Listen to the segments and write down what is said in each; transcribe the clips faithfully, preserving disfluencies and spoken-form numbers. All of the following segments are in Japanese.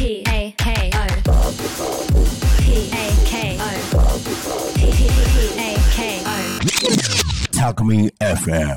P A K O P A K O P A K O タコミン エフエム。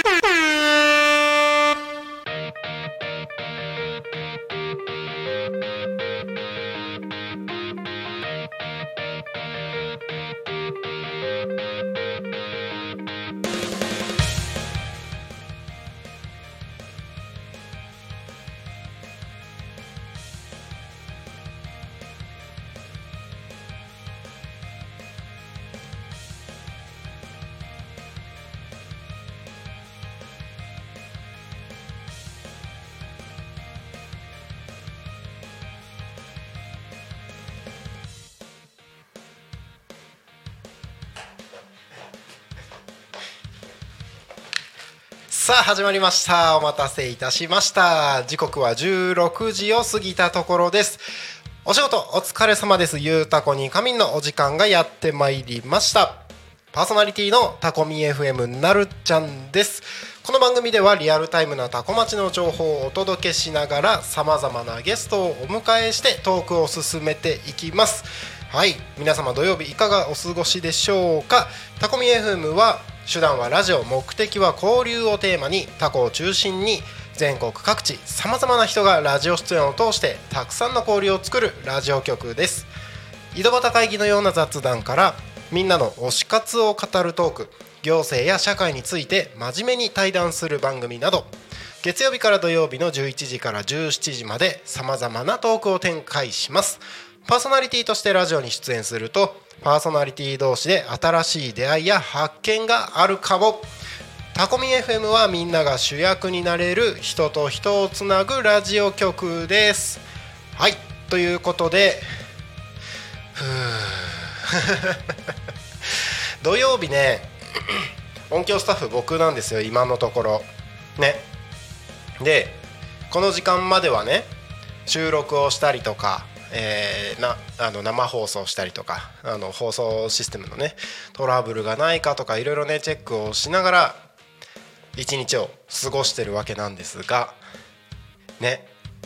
さあ始まりました。お待たせいたしました。時刻はじゅうろくじを過ぎたところです。お仕事お疲れ様です。ゆうたこに仮眠のお時間がやってまいりました。パーソナリティのタコミ エフエム なるちゃんです。この番組ではリアルタイムなタコ町の情報をお届けしながらさまざまなゲストをお迎えしてトークを進めていきます。はい、皆様土曜日いかがお過ごしでしょうか。タコミ エフエム は手段はラジオ、目的は交流をテーマにタコを中心に全国各地さまざまな人がラジオ出演を通してたくさんの交流を作るラジオ局です。井戸端会議のような雑談からみんなの推し活を語るトーク、行政や社会について真面目に対談する番組など、月曜日から土曜日のじゅういちじからじゅうしちじまでさまざまなトークを展開します。パーソナリティとしてラジオに出演するとパーソナリティ同士で新しい出会いや発見があるかも。タコミ エフエム はみんなが主役になれる人と人をつなぐラジオ局です。はい、ということでふー土曜日ね音響スタッフ僕なんですよ今のところね。でこの時間まではね収録をしたりとかえー、なあの生放送したりとかあの放送システムのねトラブルがないかとかいろいろねチェックをしながら一日を過ごしてるわけなんですがね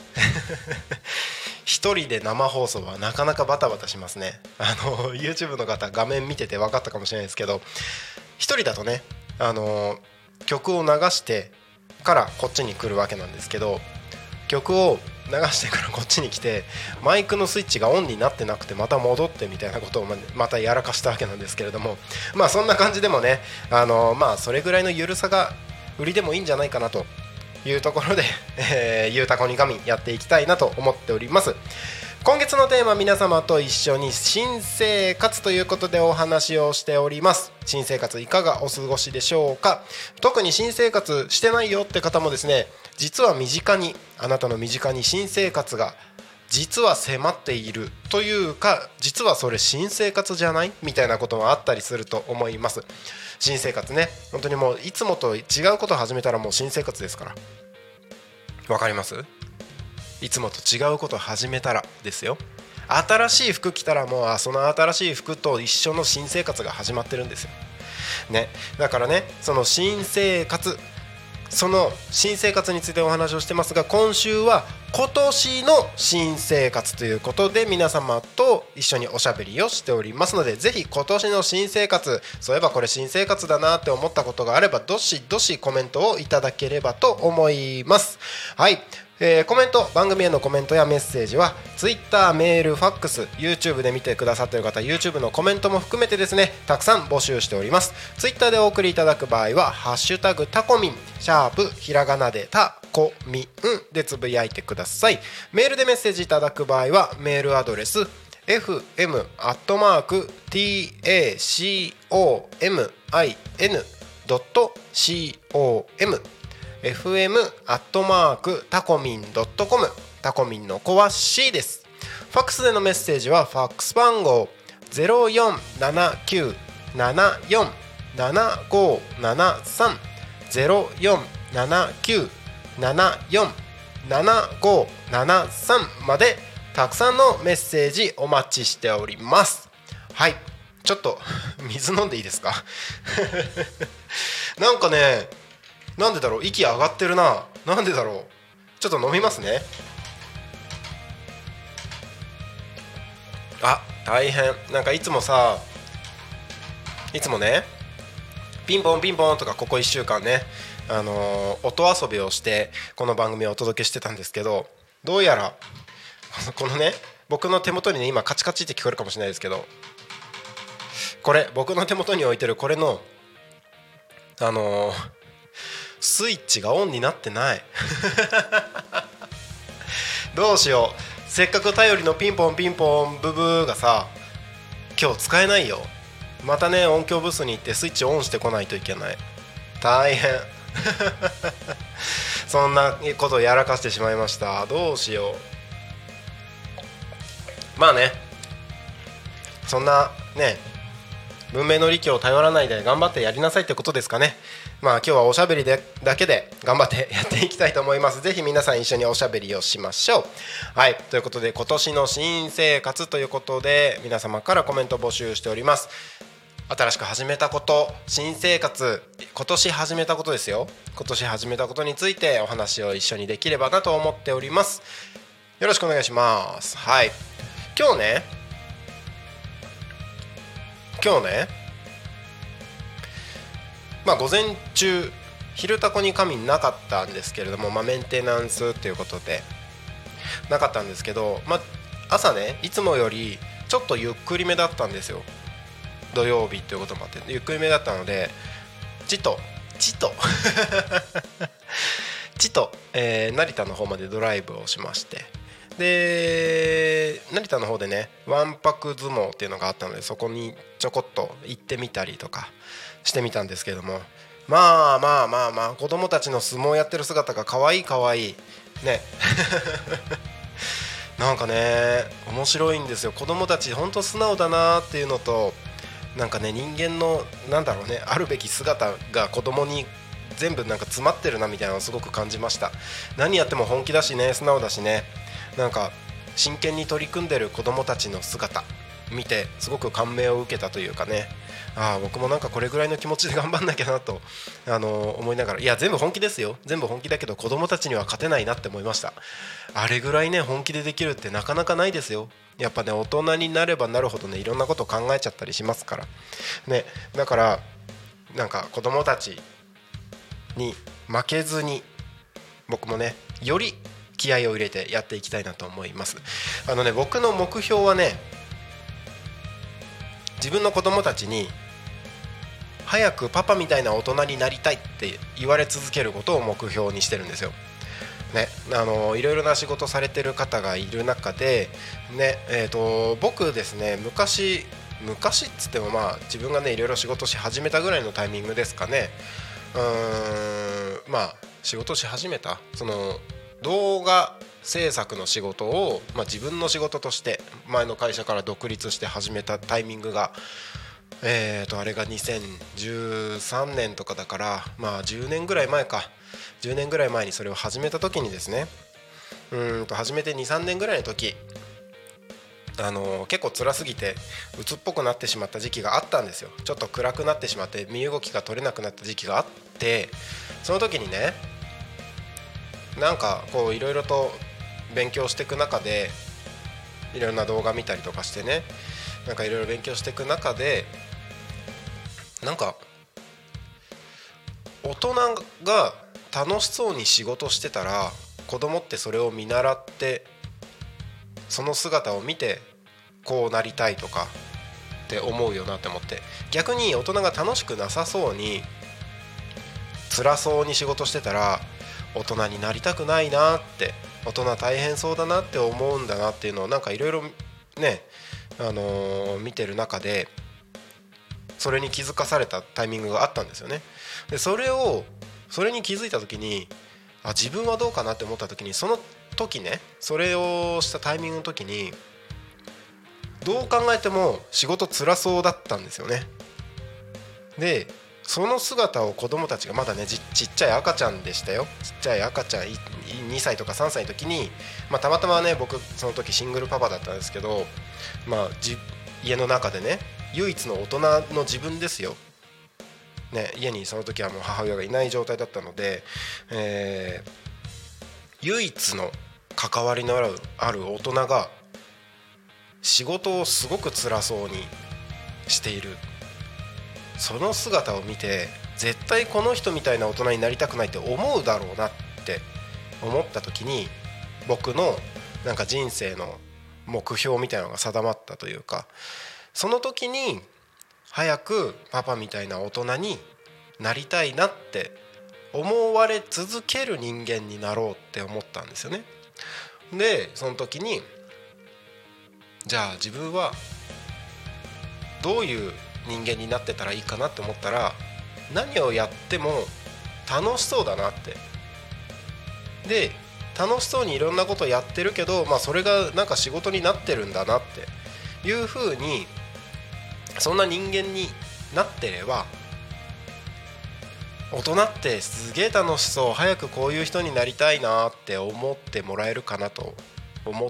一人で生放送はなかなかバタバタしますね。あの YouTube の方画面見てて分かったかもしれないですけど、一人だとねあの曲を流してからこっちに来るわけなんですけど、曲を流してからこっちに来てマイクのスイッチがオンになってなくてまた戻ってみたいなことをまたやらかしたわけなんですけれども、まあそんな感じでもねあのまあそれぐらいのゆるさが売りでもいいんじゃないかなというところで、えー、ゆうたこに仮眠やっていきたいなと思っております。今月のテーマ、皆様と一緒に新生活ということでお話をしております。新生活いかがお過ごしでしょうか。特に新生活してないよって方もですね、実は身近にあなたの身近に新生活が実は迫っているというか、実はそれ新生活じゃないみたいなこともあったりすると思います。新生活ね、本当にもういつもと違うことを始めたらもう新生活ですから。わかります？いつもと違うことを始めたらですよ。新しい服着たらもうあその新しい服と一緒の新生活が始まってるんですよ、ね、だからねその新生活その新生活についてお話をしてますが、今週は今年の新生活ということで皆様と一緒におしゃべりをしておりますので、ぜひ今年の新生活、そういえばこれ新生活だなって思ったことがあればどしどしコメントをいただければと思います。はい、えー、コメント、番組へのコメントやメッセージは Twitter、メール、ファックス、YouTube で見てくださっている方 YouTube のコメントも含めてですね、たくさん募集しております。 Twitter でお送りいただく場合はハッシュタグタコミンシャープひらがなでタコミンでつぶやいてください。メールでメッセージいただく場合はメールアドレス エフエム アットマーク タコミン ドット コムエフエム アットマーク タコミン ドット コム、 タコミンの子は C です。ファックスでのメッセージはファックス番号 ゼロよんななきゅうななよんななごななさん ゼロよんななきゅうななよんななごななさんまでたくさんのメッセージお待ちしております。はい、ちょっと水飲んでいいですかなんかね、なんでだろう、息上がってるな。なんでだろう、ちょっと飲みますね。 あ、大変。なんかいつもさ、いつもねピンポンピンポンとかここいっしゅうかんね、あのー、音遊びをしてこの番組をお届けしてたんですけど、どうやらこのね僕の手元にね今カチカチって聞こえるかもしれないですけど、これ僕の手元に置いてるこれのあのー、スイッチがオンになってないどうしよう。せっかく頼りのピンポンピンポンブブーがさ今日使えないよ。またね音響ブースに行ってスイッチオンしてこないといけない。大変そんなことをやらかしてしまいました。どうしよう。まあね、そんなね文明の利器を頼らないで頑張ってやりなさいってことですかね。まあ今日はおしゃべりでだけで頑張ってやっていきたいと思います。ぜひ皆さん一緒におしゃべりをしましょう。はい、ということで今年の新生活ということで皆様からコメント募集しております。新しく始めたこと、新生活、今年始めたことですよ。今年始めたことについてお話を一緒にできればなと思っております。よろしくお願いします。はい、今日ね今日ねまあ午前中昼タコに仮眠なかったんですけれども、まあメンテナンスということでなかったんですけど、まあ朝ねいつもよりちょっとゆっくりめだったんですよ。土曜日ということもあってゆっくりめだったのでちとちとちと、えー、成田の方までドライブをしまして、で成田の方でねわんぱく相撲っていうのがあったのでそこにちょこっと行ってみたりとかしてみたんですけども、まあまあまあまあ子供たちの相撲やってる姿が可愛い可愛いねなんかね面白いんですよ。子供たちほんと素直だなっていうのと、なんかね人間のなんだろうねあるべき姿が子供に全部なんか詰まってるなみたいなのをすごく感じました。何やっても本気だしね、素直だしね、なんか真剣に取り組んでる子供たちの姿見てすごく感銘を受けたというかね、ああ僕もなんかこれぐらいの気持ちで頑張んなきゃなと、あのー、思いながら、いや全部本気ですよ、全部本気だけど子供たちには勝てないなって思いました。あれぐらいね本気でできるってなかなかないですよ。やっぱね大人になればなるほどねいろんなことを考えちゃったりしますからね。だからなんか子供たちに負けずに僕もねより気合を入れてやっていきたいなと思います。あのね僕の目標はね自分の子供たちに早くパパみたいな大人になりたいって言われ続けることを目標にしてるんですよ。ね、あのいろいろな仕事されてる方がいる中で、ねえー、と僕ですね昔昔っつってもまあ自分がねいろいろ仕事し始めたぐらいのタイミングですかね。うーんまあ仕事し始めたその動画制作の仕事を、まあ、自分の仕事として前の会社から独立して始めたタイミングがえーとあれがにせんじゅうさんねんとかだから、まあじゅうねんぐらい前かじゅうねんぐらい前にそれを始めた時にですね、うーんと始めて にさんねんぐらいの時、あのー、結構辛すぎて鬱っぽくなってしまった時期があったんですよ。ちょっと暗くなってしまって身動きが取れなくなった時期があって、その時にねなんかこういろいろと勉強していく中でいろんな動画見たりとかしてね、なんかいろいろ勉強していく中でなんか大人が楽しそうに仕事してたら子供ってそれを見習ってその姿を見てこうなりたいとかって思うよなって思って、逆に大人が楽しくなさそうに辛そうに仕事してたら大人になりたくないなって、大人大変そうだなって思うんだなっていうのをなんかいろいろねあのー、見てる中でそれに気づかされたタイミングがあったんですよね。でそれをそれに気づいた時にあ自分はどうかなって思った時にその時ねそれをしたタイミングの時にどう考えても仕事辛そうだったんですよね。でその姿を子供たちがまだね ち, ちっちゃい赤ちゃんでしたよ。ちっちゃい赤ちゃんにさいとかさんさいの時に、まあ、たまたまね僕その時シングルパパだったんですけど、まあ、じ家の中でね唯一の大人の自分ですよ、ね、家にその時はもう母親がいない状態だったので、えー、唯一の関わりのある、ある大人が仕事をすごく辛そうにしている、その姿を見て絶対この人みたいな大人になりたくないって思うだろうなって思った時に、僕のなんか人生の目標みたいなのが定まったというか、その時に早くパパみたいな大人になりたいなって思われ続ける人間になろうって思ったんですよね。でその時にじゃあ自分はどういう人間になってたらいいかなって思ったら、何をやっても楽しそうだなって。で楽しそうにいろんなことやってるけど、まあ、それがなんか仕事になってるんだなっていう風に、そんな人間になってれば、大人ってすげえ楽しそう、早くこういう人になりたいなって思ってもらえるかなと思って、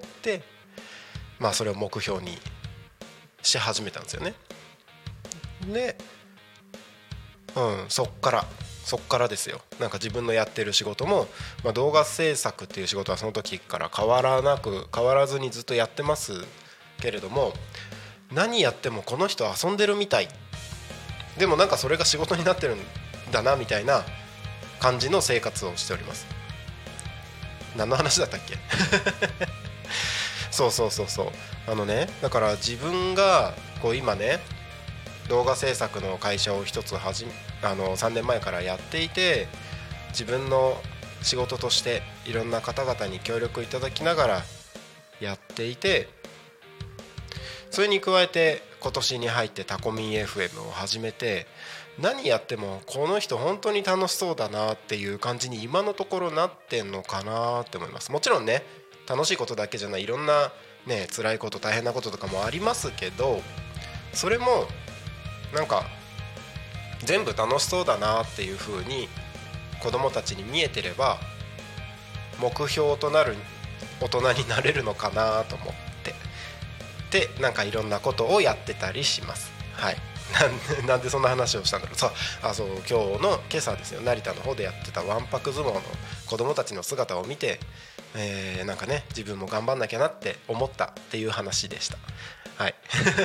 まあそれを目標にし始めたんですよね。で、うん、そっからそっからですよ。なんか自分のやってる仕事も、まあ、動画制作っていう仕事はその時から変わらなく変わらずにずっとやってますけれども、何やってもこの人遊んでるみたい、でもなんかそれが仕事になってるんだなみたいな感じの生活をしております。何の話だったっけそうそうそうそう、あのね、だから自分がこう今ね動画制作の会社を一つはじあのさんねんまえからやっていて、自分の仕事としていろんな方々に協力いただきながらやっていて、それに加えて今年に入ってタコミン エフエム を始めて、何やってもこの人本当に楽しそうだなっていう感じに今のところなってんのかなって思います。もちろんね、楽しいことだけじゃない、いろんなね辛いこと大変なこととかもありますけど、それもなんか全部楽しそうだなっていう風に子供たちに見えてれば、目標となる大人になれるのかなと思ってで、なんかいろんなことをやってたりします。はい。なんで、なんでそんな話をしたんだろう。そう、あ、そう、今日の今朝ですよ、成田の方でやってたわんぱく相撲の子供たちの姿を見て、えー、なんかね自分も頑張んなきゃなって思ったっていう話でした。はい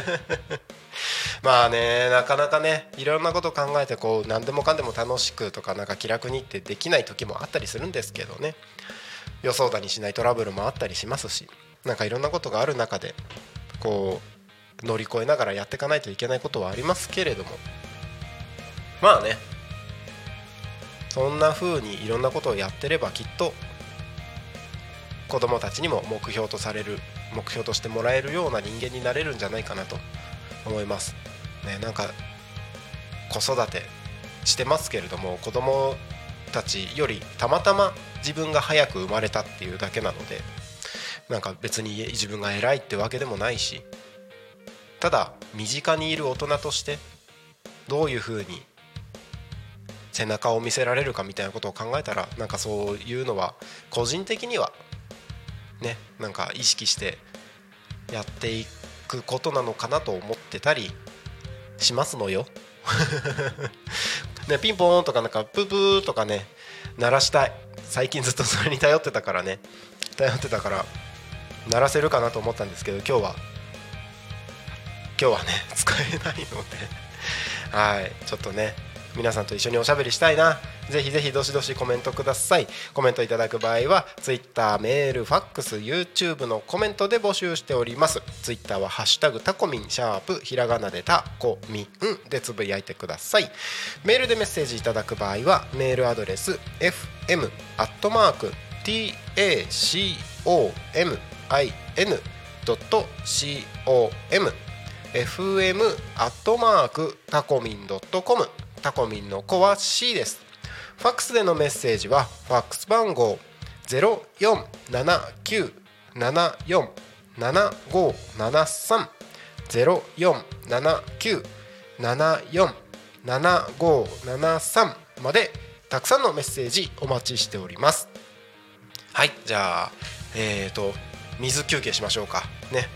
まあね、なかなかねいろんなことを考えてこう何でもかんでも楽しくとかなんか気楽にってできない時もあったりするんですけどね、予想だにしないトラブルもあったりしますし、なんかいろんなことがある中でこう乗り越えながらやっていかないといけないことはありますけれども、まあね、そんな風にいろんなことをやってればきっと子供たちにも目標とされる目標としてもらえるような人間になれるんじゃないかなと思いますね。なんか子育てしてますけれども、子供たちよりたまたま自分が早く生まれたっていうだけなので、なんか別に自分が偉いってわけでもないし、ただ身近にいる大人としてどういうふうに背中を見せられるかみたいなことを考えたら、なんかそういうのは個人的にはね、なんか意識してやっていくことなのかなと思ってたりしますのよね、ピンポーンとかなんかプープーとかね鳴らしたい。最近ずっとそれに頼ってたからね頼ってたから鳴らせるかなと思ったんですけど、今日は今日はね使えないのではい、ちょっとね皆さんと一緒におしゃべりしたいな。ぜひぜひどしどしコメントください。コメントいただく場合は Twitter、メール、ファックス、YouTube のコメントで募集しております。 Twitter はハッシュタグタコミンシャープひらがなでタコミンでつぶやいてください。メールでメッセージいただく場合はメールアドレス エフエム アットマーク タコミン ドット コム エフエム アットマーク タコミン ドット コム、タコミンの子は C です。ファックスでのメッセージはファックス番号 ゼロよんななきゅうななよんななごななさん ゼロよんななきゅうななよんななごななさんまでたくさんのメッセージお待ちしております。はい、じゃあえーと水休憩しましょうかね。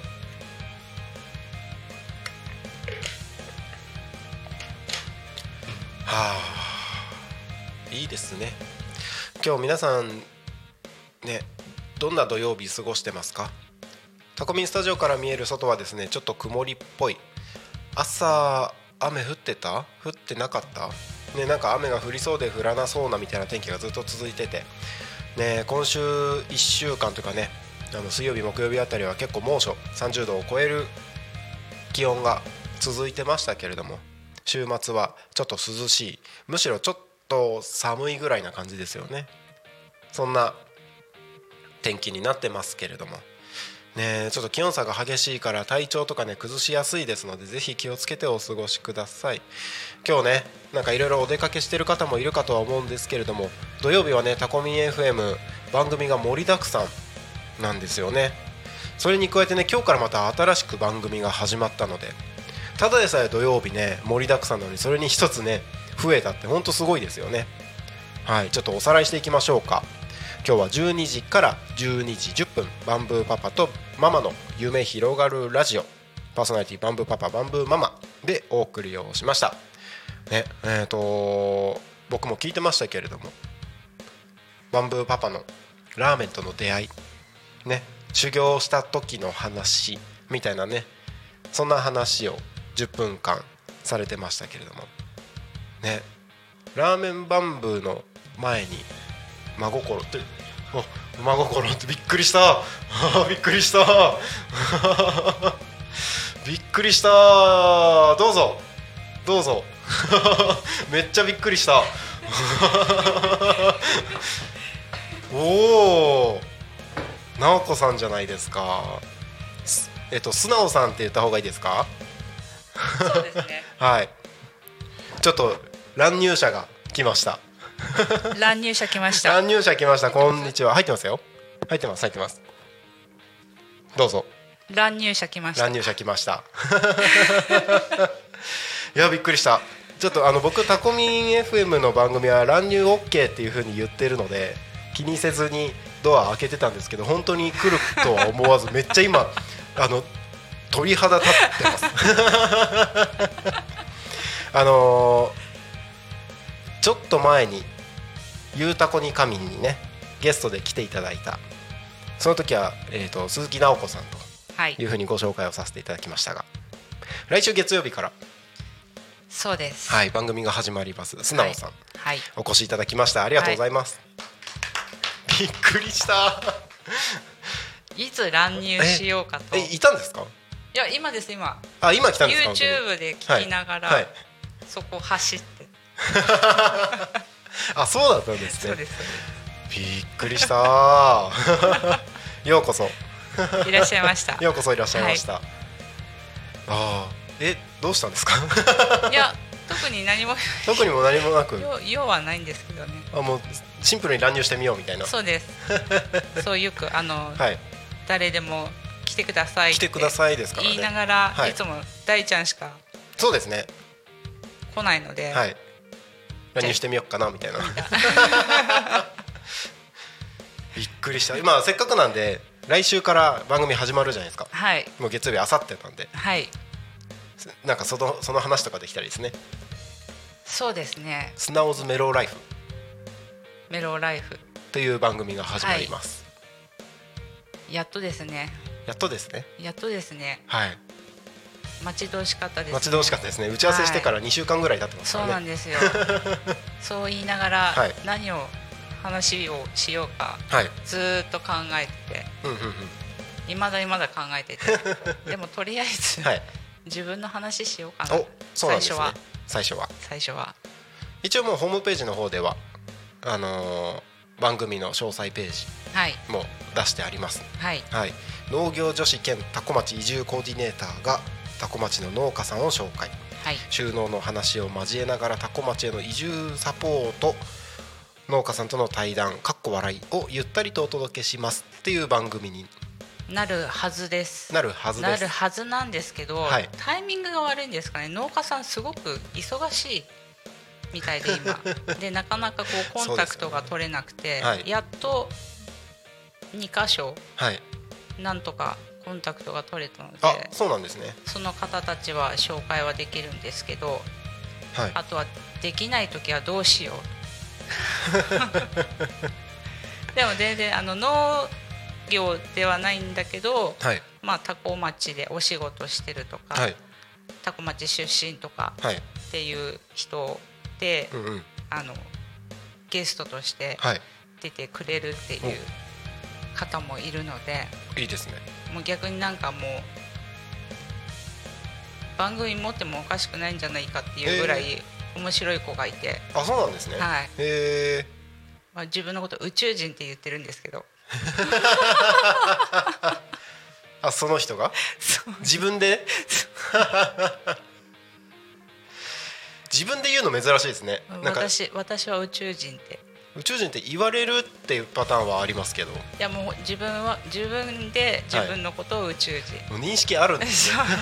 はあ、いいですね。今日皆さんね、どんな土曜日過ごしてますか？ タコミンスタジオから見える外はですねちょっと曇りっぽい。朝雨降ってた？降ってなかった？ね、なんか雨が降りそうで降らなそうなみたいな天気がずっと続いてて、ね、今週いっしゅうかんというかね、あの水曜日木曜日あたりは結構猛暑さんじゅうどを超える気温が続いてましたけれども、週末はちょっと涼しい、むしろちょっと寒いぐらいな感じですよね。そんな天気になってますけれどもね、ちょっと気温差が激しいから体調とかね崩しやすいですので、ぜひ気をつけてお過ごしください。今日ねなんかいろいろお出かけしてる方もいるかとは思うんですけれども、土曜日はねタコミン エフエム 番組が盛りだくさんなんですよね。それに加えてね今日からまた新しく番組が始まったので、ただでさえ土曜日ね盛りだくさんなのにそれに一つね増えたって本当すごいですよね。はい、ちょっとおさらいしていきましょうか。今日はじゅうにじからじゅうにじじゅっぷん、バンブーパパとママの夢広がるラジオ、パーソナリティバンブーパパバンブーママでお送りをしました、ねえー、と僕も聞いてましたけれども、バンブーパパのラーメンとの出会い、ね、修行した時の話みたいなね、そんな話をじゅっぷんかんされてましたけれどもね、ラーメンバンブーの前に真心って、お真心ってびっくりしたびっくりしたびっくりした、どうぞどうぞめっちゃびっくりしたおお、直子さんじゃないですか。えっと素直さんって言った方がいいですか？ そうですねはい、ちょっと乱入者が来ました乱入者来ました。 乱入者来ました。こんにちは。入ってますよ。入ってます入ってます。どうぞ。 乱入者来ました。 乱入者来ましたいやびっくりした。ちょっとあの僕タコミン エフエム の番組は乱入 OK っていう風に言ってるので気にせずにドア開けてたんですけど、本当に来るとは思わずめっちゃ今あの鳥肌立ってますあのーちょっと前にゆうたこに神にねゲストで来ていただいた、その時は、えー、と鈴木直子さんというふうにご紹介をさせていただきましたが、来週月曜日からそうです、 はい、番組が始まります。素直さん、 はいはい、 お越しいただきました。ありがとうございます、はい、びっくりしたいつ乱入しようかと。 ええいたんですか？ いや今です今。 あ今来たんですか？ YouTube で聞きながら、はいはい、そこ走ってあ、そうだったんですね。 そうです。 びっくりしたようこそいらっしゃいましたようこそいらっしゃいました、はい、あえどうしたんですかいや特に何も特にも何もなく用はないんですけどね。 あもうシンプルに乱入してみようみたいな。 そうですそうよくあの、 はい、 誰でも来てくださいって来てくださいですからね言いながら、 はい、 いつも大ちゃんしかそうですね来ないので、 はい、乱入してみようかなみたいなびっくりした。今せっかくなんで来週から番組始まるじゃないですか、 はい、 もう月曜日あさってなんで、 はい、 なんかその、その話とかできたりですね。 そうですね。 スナオズメローライフメローライフという番組が始まります、 はい、やっとですねやっとですねやっとですねはい待ち遠しかったですね。 待ち遠しかったですね。打ち合わせしてからにしゅうかんぐらい経ってますからね、 はい、そうなんですよそう言いながら、はい、何を話をしようか、はい、ずっと考えてて、うんうんうん、未だにまだ考えててでもとりあえず、はい、自分の話しようかな。 おそうなんですね、 最初は最初は最初は一応もうホームページの方ではあのー、番組の詳細ページも出してあります、はいはい、農業女子兼多古町移住コーディネーターが多古町の農家さんを紹介、はい、収納の話を交えながら多古町への移住サポート、農家さんとの対談かっこ笑いをゆったりとお届けしますっていう番組になるはずです。 なるはずです。 なるはずなんですけど、はい、タイミングが悪いんですかね。農家さんすごく忙しいみたいで今でなかなかこうコンタクトが取れなくて、ねはい、やっとにかしょ、はい、なんとかコンタクトが取れたので、 あ、そうなんですね。 その方たちは紹介はできるんですけど、はい、あとはできないときはどうしようでも全然あの農業ではないんだけど、はい、 まあ、多古町でお仕事してるとか、はい、多古町出身とかっていう人で、はい、うんうん、あのゲストとして出てくれるっていう方もいるので、 はい、いいですね。 もう逆になんかもう番組持ってもおかしくないんじゃないかっていうぐらい面白い子がいて。 あ、そうなんですね。 はい。 へー。 まあ、自分のこと宇宙人って言ってるんですけどあ、その人が自分で自分で言うの珍しいですね。 なんか 私, 私は宇宙人って宇宙人って言われるっていうパターンはありますけど、いやもう自分は自分で自分のことを宇宙人、 はい、もう認識あるんですよ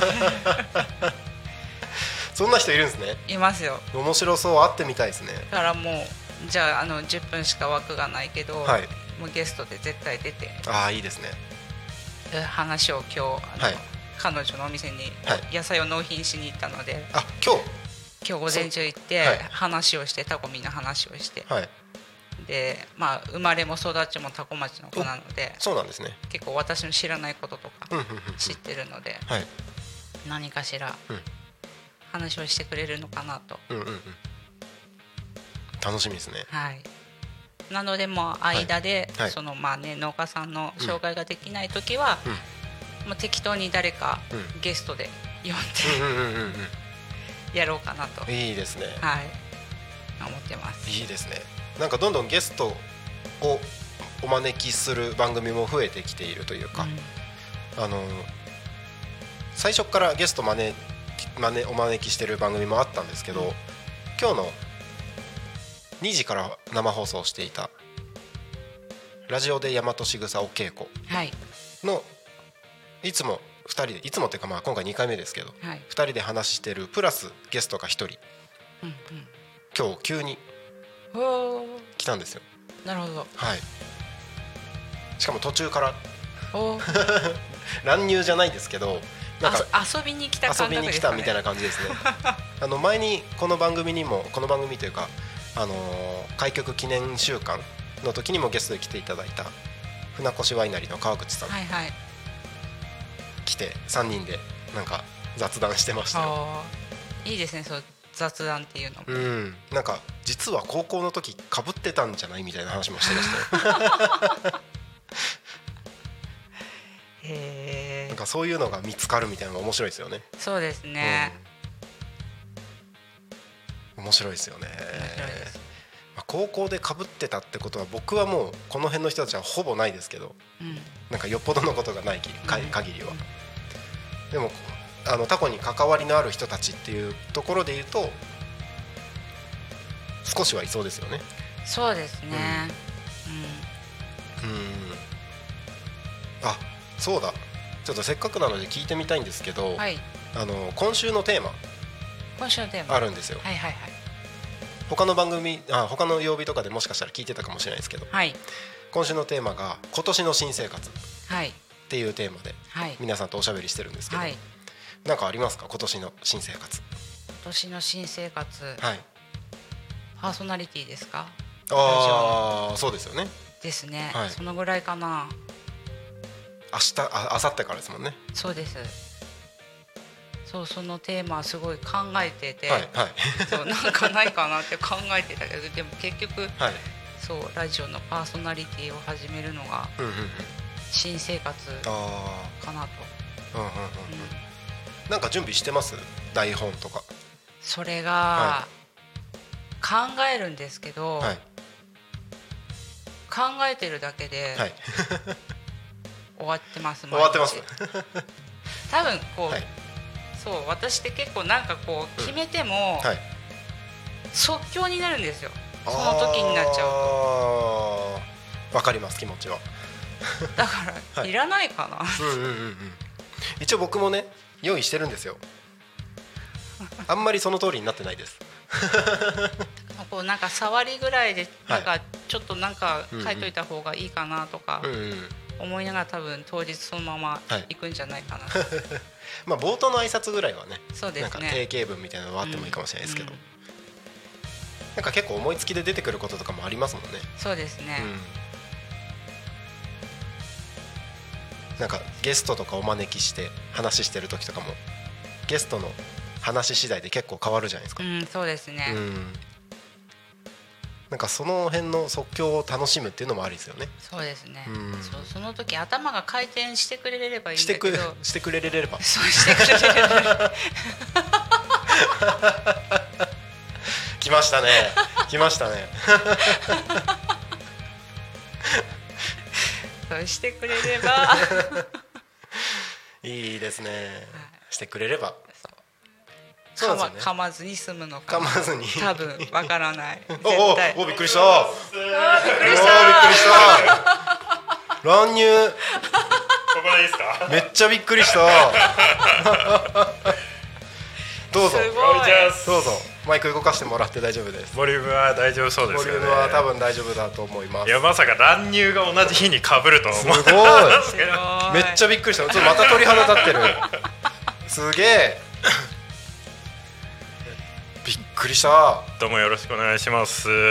そんな人いるんですね。 いますよ。 面白そう、会ってみたいですね。 だからもうじゃあ、あのじゅっぷんしか枠がないけど、はい、もうゲストで絶対出て、 ああいいですね、 話を今日あの、はい、彼女のお店に野菜を納品しに行ったので、 あ今日今日午前中行って話をして、タコミの話をして、はい、でまあ、生まれも育ちもタコ町の子なので、 そうなんですね、 結構私の知らないこととか知ってるので、はい、何かしら話をしてくれるのかなと、うんうんうん、 楽しみですね。 はい、なのでもう間で、はいはい、そのまあね、農家さんの紹介ができないときは、うん、もう適当に誰かゲストで呼んでやろうかなと。 いいですね。 はい、思ってます。 いいですね。なんかどんどんゲストをお招きする番組も増えてきているというか、うん、あの最初からゲスト招招お招きしてる番組もあったんですけど、うん、今日のにじから生放送していたラジオで大和しぐさお稽古のいつもふたりで、いつもっていうかまあ今回にかいめですけど、はい、ふたりで話してるプラスゲストがひとり、うんうん、今日急に来たんですよ。 なるほど。 はい。しかも途中から乱入じゃないですけど、 なんか遊びに来た感覚ですかね。 遊びに来たみたいな感じですねあの前にこの番組にもこの番組というか、あのー、開局記念週間の時にもゲストで来ていただいた船越ワイナリーの川口さん、はいはい、来てさんにんでなんか雑談してましたよ。 いいですね、そう雑談っていうのも。 うん、なんか実は高校の時かぶってたんじゃないみたいな話もしてましたよへー、なんかそういうのが見つかるみたいなのが面白いですよね。 そうですね、 うん、面白いですよね。まあ、高校でかぶってたってことは僕はもうこの辺の人たちはほぼないですけど、うん、なんかよっぽどのことがない限りは、うん、でもあのタコに関わりのある人たちっていうところで言うと少しはいそうですよね。 そうですね、 うん、うん、うん、あ、そうだ、ちょっとせっかくなので聞いてみたいんですけど、はい、あの今週のテーマ今週のテーマあるんですよ。 はいはいはい。 他の番組、あ、他の曜日とかでもしかしたら聞いてたかもしれないですけど、はい、今週のテーマが今年の新生活っていうテーマで皆さんとおしゃべりしてるんですけど、はい、なんかありますか、今年の新生活。 今年の新生活、はい、パーソナリティですか。 ああ、そうですよね。 ですね、はい、そのぐらいかな。 明日、あ、明後日からですもんね。 そうです。そう、そのテーマはすごい考えてて、 はいはい、 そうなんかないかなって考えてたけど、でも結局、はい、そうラジオのパーソナリティを始めるのが新生活かなと。うんうんうんうん、 なんか準備してます？台本とか。 それが、はい、考えるんですけど、はい、考えてるだけで、はい、終わってます。 終わってます。 多分こう、はい、そう私って結構なんかこう決めても、うん、はい、即興になるんですよ。その時になっちゃうと。わかります、気持ちは。 だから、はい、いらないかな。 うんうんうんうん、一応僕もね用意してるんですよ。あんまりその通りになってないです。 こうなんか触りぐらいでなんかちょっとなんか書いといた方がいいかなとか思いながら多分当日そのまま行くんじゃないかな。はい、 まあ冒頭の挨拶ぐらいはね、 そうですね、 なんか定型文みたいなのはあってもいいかもしれないですけど、うんうん、なんか結構思いつきで出てくることとかもありますもんね。 そうですね。 なんかゲストとかお招きして話してる時とかもゲストの話次第で結構変わるじゃないですか。 うん、そうですね、うん、 なんかその辺の即興を楽しむっていうのもありですよね。 そうですね、うん、そうその時頭が回転してくれればいいんだけど、 してくしてくれればそうしてくれれば来ましたね来ましたねそうしてくれればいいですね、はい、してくれればそうそう、ね、噛まずに済むのか噛まずに多分わからないおおおびっくりしたおびっくりした乱入ここでいいですか。 めっちゃびっくりしたどうぞどうぞマイク動かしてもらって大丈夫です。 ボリュームは大丈夫そうですよね。 ボリュームは多分大丈夫だと思います。 いやまさか乱入が同じ日に被るとは思ってすごいめっちゃびっくりした。ちょっとまた鳥肌立ってるすげえびっくりした。 どうもよろしくお願いします。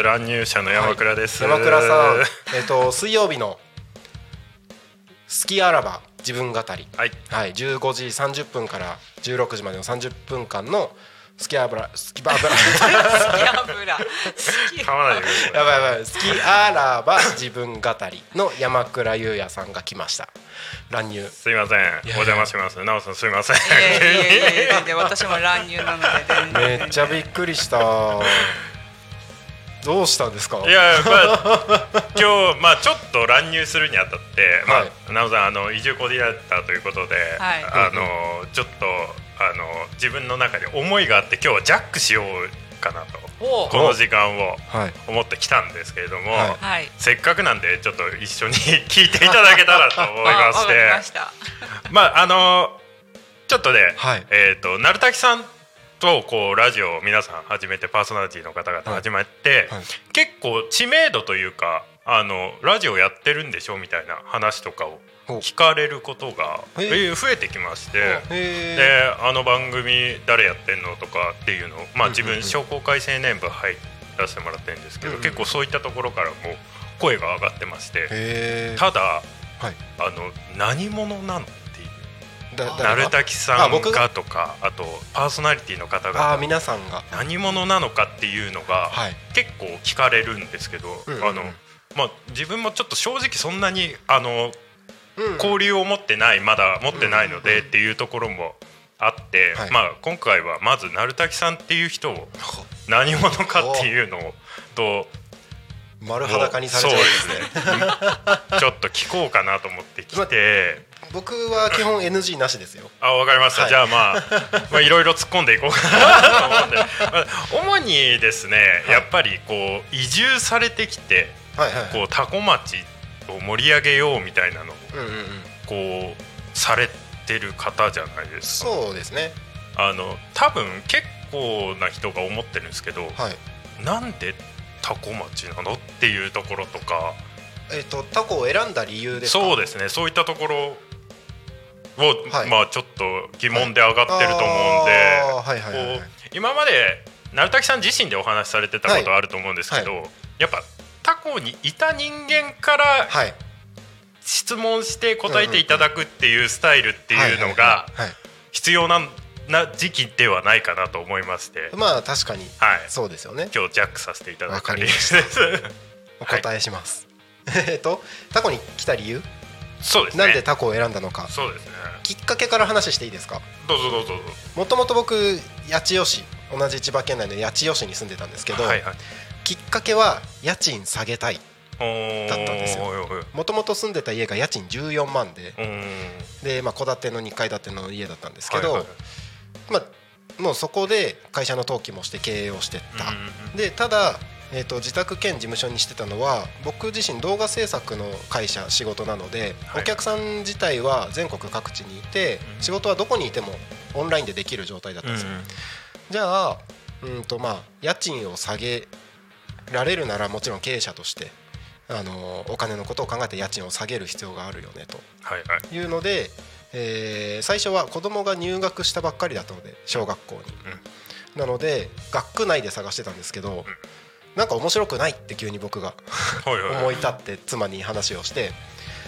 乱入者の山倉です、 はい、山倉さん、えっと、水曜日の好きあらば自分語り、 はいはい、じゅうごじさんじゅっぷんからじゅうろくじまでのさんじゅっぷんかんの好きあぶら好きばぶら好きあぶら噛まないでください。 やばいやばい。好きあらば自分語りの山倉優也さんが来ました。乱入すいませんお邪魔します。なおさんすいません。いやいやいやいや全然私も乱入なので全然めっちゃびっくりしたどうしたんですか。 いや、まあ、今日、まあ、ちょっと乱入するにあたって、まあはい、なおさんあの移住コーディネーターということで、はい、あのちょっとあの自分の中で思いがあって今日はジャックしようかなとこの時間を思ってきたんですけれども、はい、せっかくなんでちょっと一緒に聞いていただけたらと思いましてまああのちょっとね、はい、えーと鳴滝さんとこうラジオを皆さん始めてパーソナリティの方々始めて、はいはい、結構知名度というかあのラジオやってるんでしょみたいな話とかを聞かれることが増えてきまして、であの番組誰やってんのとかっていうのを、まあ、自分商工会青年部入らせてもらってるんですけど、結構そういったところからも声が上がってまして、ただ、はい、あの何者なの鳴滝さんがとか あ, あとパーソナリティの方々 あ皆さんが何者なのかっていうのが結構聞かれるんですけど、うんうんあのまあ、自分もちょっと正直そんなにあの、うん、交流を持ってないまだ持ってないのでっていうところもあって、うんうんまあ、今回はまず鳴滝さんっていう人を何者かっていうのをと丸裸にされちゃうんですねちょっと聞こうかなと思ってきて、 ま、僕は基本 エヌジー なしですよ。 あ、わかりました、はい、じゃあまあまあいろいろ突っ込んでいこうかなと思うんで、まあ、主にですね、はい、やっぱりこう移住されてきて、はいはいはい、こう多古町を盛り上げようみたいなのを、うんうんうん、こうされてる方じゃないですか。 そうですね。 あの多分結構な人が思ってるんですけど、はい、なんでタコ町なのっていうところとか、 えーと、タコを選んだ理由ですか。 そうですね、そういったところを、はい、まあちょっと疑問で上がってると思うんで、今まで鳴滝さん自身でお話しされてたことあると思うんですけど、はいはい、やっぱタコにいた人間から質問して答えていただくっていうスタイルっていうのが必要なな時期ではないかなと思いまして、 まあ確かに、はい、そうですよね。 今日ジャックさせていただいたりお答えします、はい、えっとタコに来た理由、 そうですね、 なんでタコを選んだのか。 そうですね、 きっかけから話していいですか。 どうぞどうぞどうぞ。 もともと僕八千代市、同じ千葉県内の八千代市に住んでたんですけど、はいはい、きっかけは家賃下げたいだったんですよ。もともと住んでた家が家賃じゅうよんまんで、で、まあ、戸建てのにかい建ての家だったんですけど、はいはい、まあ、もうそこで会社の登記もして経営をしてった、うんうん、でただ、えーと、自宅兼事務所にしてたのは僕自身動画制作の会社仕事なので、はい、お客さん自体は全国各地にいて、うん、仕事はどこにいてもオンラインでできる状態だったんですよ、うんうん、じゃあ、うんとまあ、家賃を下げられるならもちろん経営者としてあのお金のことを考えて家賃を下げる必要があるよねというので、はいはい、えー、最初は子供が入学したばっかりだったので小学校に、うん、なので学区内で探してたんですけど、うん、なんか面白くないって急に僕が思い立って妻に話をして、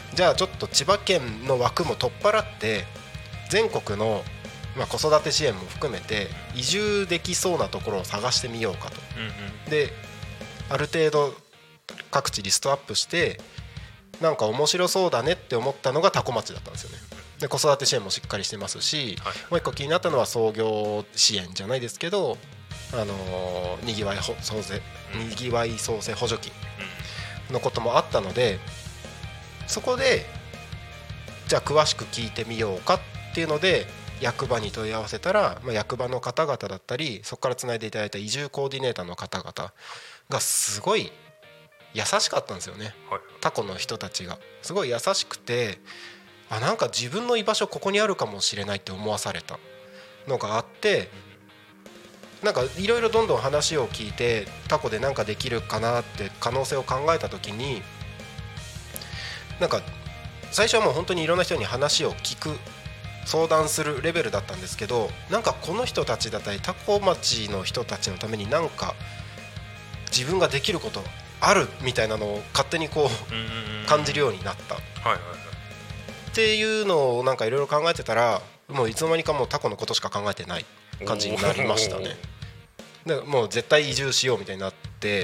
じゃあちょっと千葉県の枠も取っ払って全国のまあ子育て支援も含めて移住できそうなところを探してみようかと、うんうん、である程度各地リストアップしてなんか面白そうだねって思ったのが多古町だったんですよね。で子育て支援もしっかりしてますし、はい、もう一個気になったのは創業支援じゃないですけど、あのー、にぎわい創生、にぎわい創生補助金のこともあったので、そこでじゃあ詳しく聞いてみようかっていうので役場に問い合わせたら、まあ、役場の方々だったりそこからつないでいただいた移住コーディネーターの方々がすごい優しかったんですよね、はい、タコの人たちがすごい優しくて、あなんか自分の居場所ここにあるかもしれないって思わされたのがあって、なんかいろいろどんどん話を聞いてタコでなんかできるかなって可能性を考えた時に、なんか最初はもう本当にいろんな人に話を聞く相談するレベルだったんですけど、なんかこの人たちだったりタコ町の人たちのためになんか自分ができることあるみたいなのを勝手にこう感じるようになった、はいはいはい、っていうのをなんかいろいろ考えてたら、もういつの間にかもうタコのことしか考えてない感じになりましたね。でもう絶対移住しようみたいになって、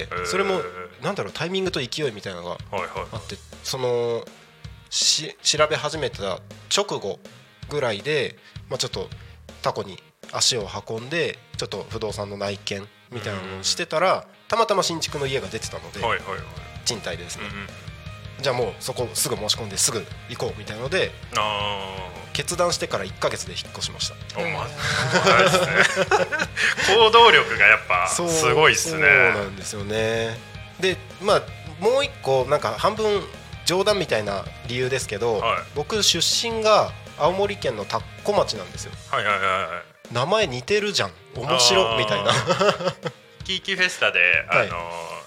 それもなんだろうタイミングと勢いみたいなのがあって、そのし調べ始めた直後ぐらいで、まあ、ちょっとタコに足を運んでちょっと不動産の内見みたいなのをしてたら、たまたま新築の家が出てたので、はいはいはい、賃貸でですね、うんうん、じゃあもうそこすぐ申し込んですぐ行こうみたいなので、あ決断してからいっかげつで引っ越しました。おまですね行動力がやっぱすごいっすね。 そうなんですよね。でまあもう一個なんか半分冗談みたいな理由ですけど、はい、僕出身が青森県の田子町なんですよ。はいはいはいはい、名前似てるじゃん面白みたいなキーキフェスタで、あのーはい、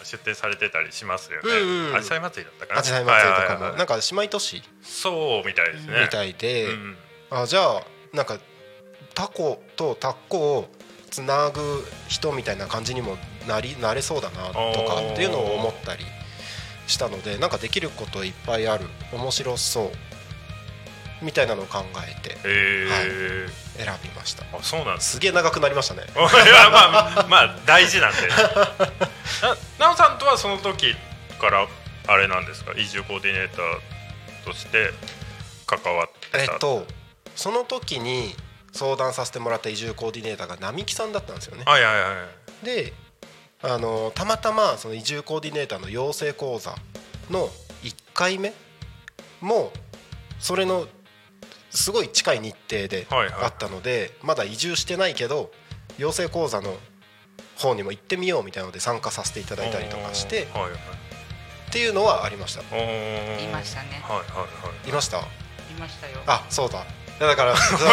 出店されてたりしますよね。うんうん、あじさい祭りだったかな。 あじさい祭りとかも、はいはいはい、なんか姉妹都市そうみたいですね。 みたいで、うん、あじゃあなんかタコとタッコをつなぐ人みたいな感じにもなりなれそうだなとかっていうのを思ったりしたので、なんかできることいっぱいある面白そうみたいなのを考えて、えーはい、選びました。 あそうなんです。 すげえ長くなりましたねまあまあ大事なんでな, なおさんとはその時からあれなんですか、移住コーディネーターとして関わってた。 えっとその時に相談させてもらった移住コーディネーターが並木さんだったんですよね。 はいはいはい。 であのたまたまその移住コーディネーターの養成講座のいっかいめもそれのすごい近い日程であったので、はいはい、まだ移住してないけど養成講座の方にも行ってみようみたいなので参加させていただいたりとかして、はいはい、っていうのはありました。 いましたね。 はいはいはい。いました。いましたよ。 あそうだ。だから前も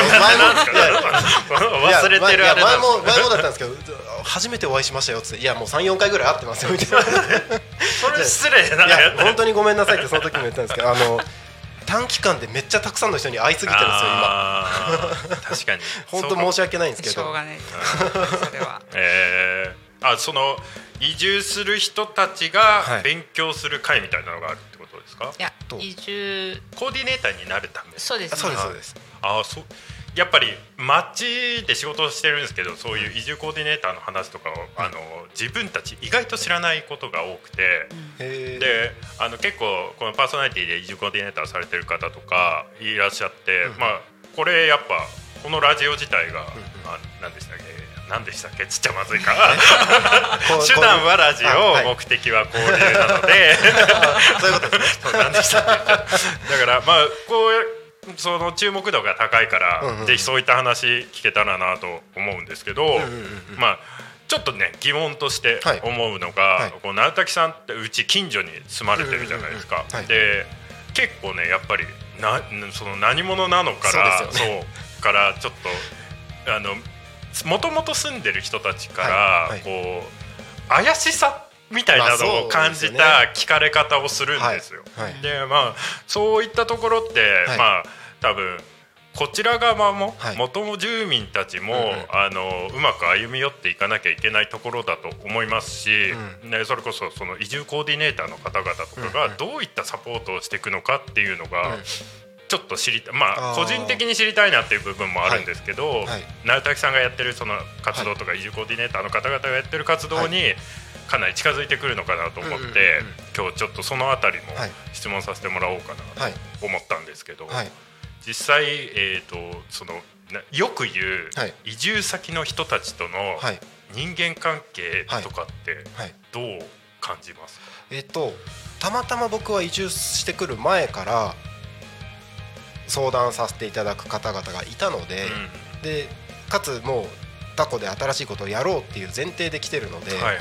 忘れてるあれ前も前もだったんですけど初めてお会いしましたよって、いやもう さん,よん 回ぐらい会ってますよみたいなそれ失礼だね。 いや本当にごめんなさいってその時も言ったんですけど、あの短期間でめっちゃたくさんの人に会いすぎてるんですよ今確かに本当申し訳ないんですけど、 しょうがないそれはえー、あその移住する人たちが勉強する会みたいなのがあるってことですか。 いや移住コーディネーターになるため。 そうですね。 そうですそうです。 あそうやっぱり街で仕事をしてるんですけど、そういう移住コーディネーターの話とかを、うん、あの自分たち意外と知らないことが多くて、うん、であの結構このパーソナリティで移住コーディネーターされてる方とかいらっしゃって、うん、まあこれやっぱこのラジオ自体が、うん、あ何でしたっけ何でしたっけつっちゃまずいか手段はラジオ目的は交流なのでそういうことですね。 何でしたっけだからまあこうその注目度が高いから、うんうん、ぜひそういった話聞けたらなと思うんですけど、うんうんうん、まあちょっとね疑問として思うのが、はい、こう鳴滝さんってうち近所に住まれてるじゃないですか、うんうんうんはい、で結構ねやっぱりなその何者なのからそうですよね。そうからちょっとあのもともと住んでる人たちから、はいはい、こう怪しさみたいなのを感じた聞かれ方をするんですよ。まあ、でまあそういったところって、はい、まあ多分こちら側も元々住民たちも、はい、あのうまく歩み寄っていかなきゃいけないところだと思いますし、うんね、それこそその移住コーディネーターの方々とかがどういったサポートをしていくのかっていうのが、うん、ちょっと知りたい、まあ個人的に知りたいなっていう部分もあるんですけど、はいはい、直滝さんがやってるその活動とか、はい、移住コーディネーターの方々がやってる活動にかなり近づいてくるのかなと思って、はい、今日ちょっとそのあたりも質問させてもらおうかなと思ったんですけど、はい、実際、えーと、そのよく言う移住先の人たちとの人間関係とかってどう感じますか？ えーと、たまたま僕は移住してくる前から相談させていただく方々がいたので、うん、でかつもうタコで新しいことをやろうっていう前提で来てるので、はいはいはい、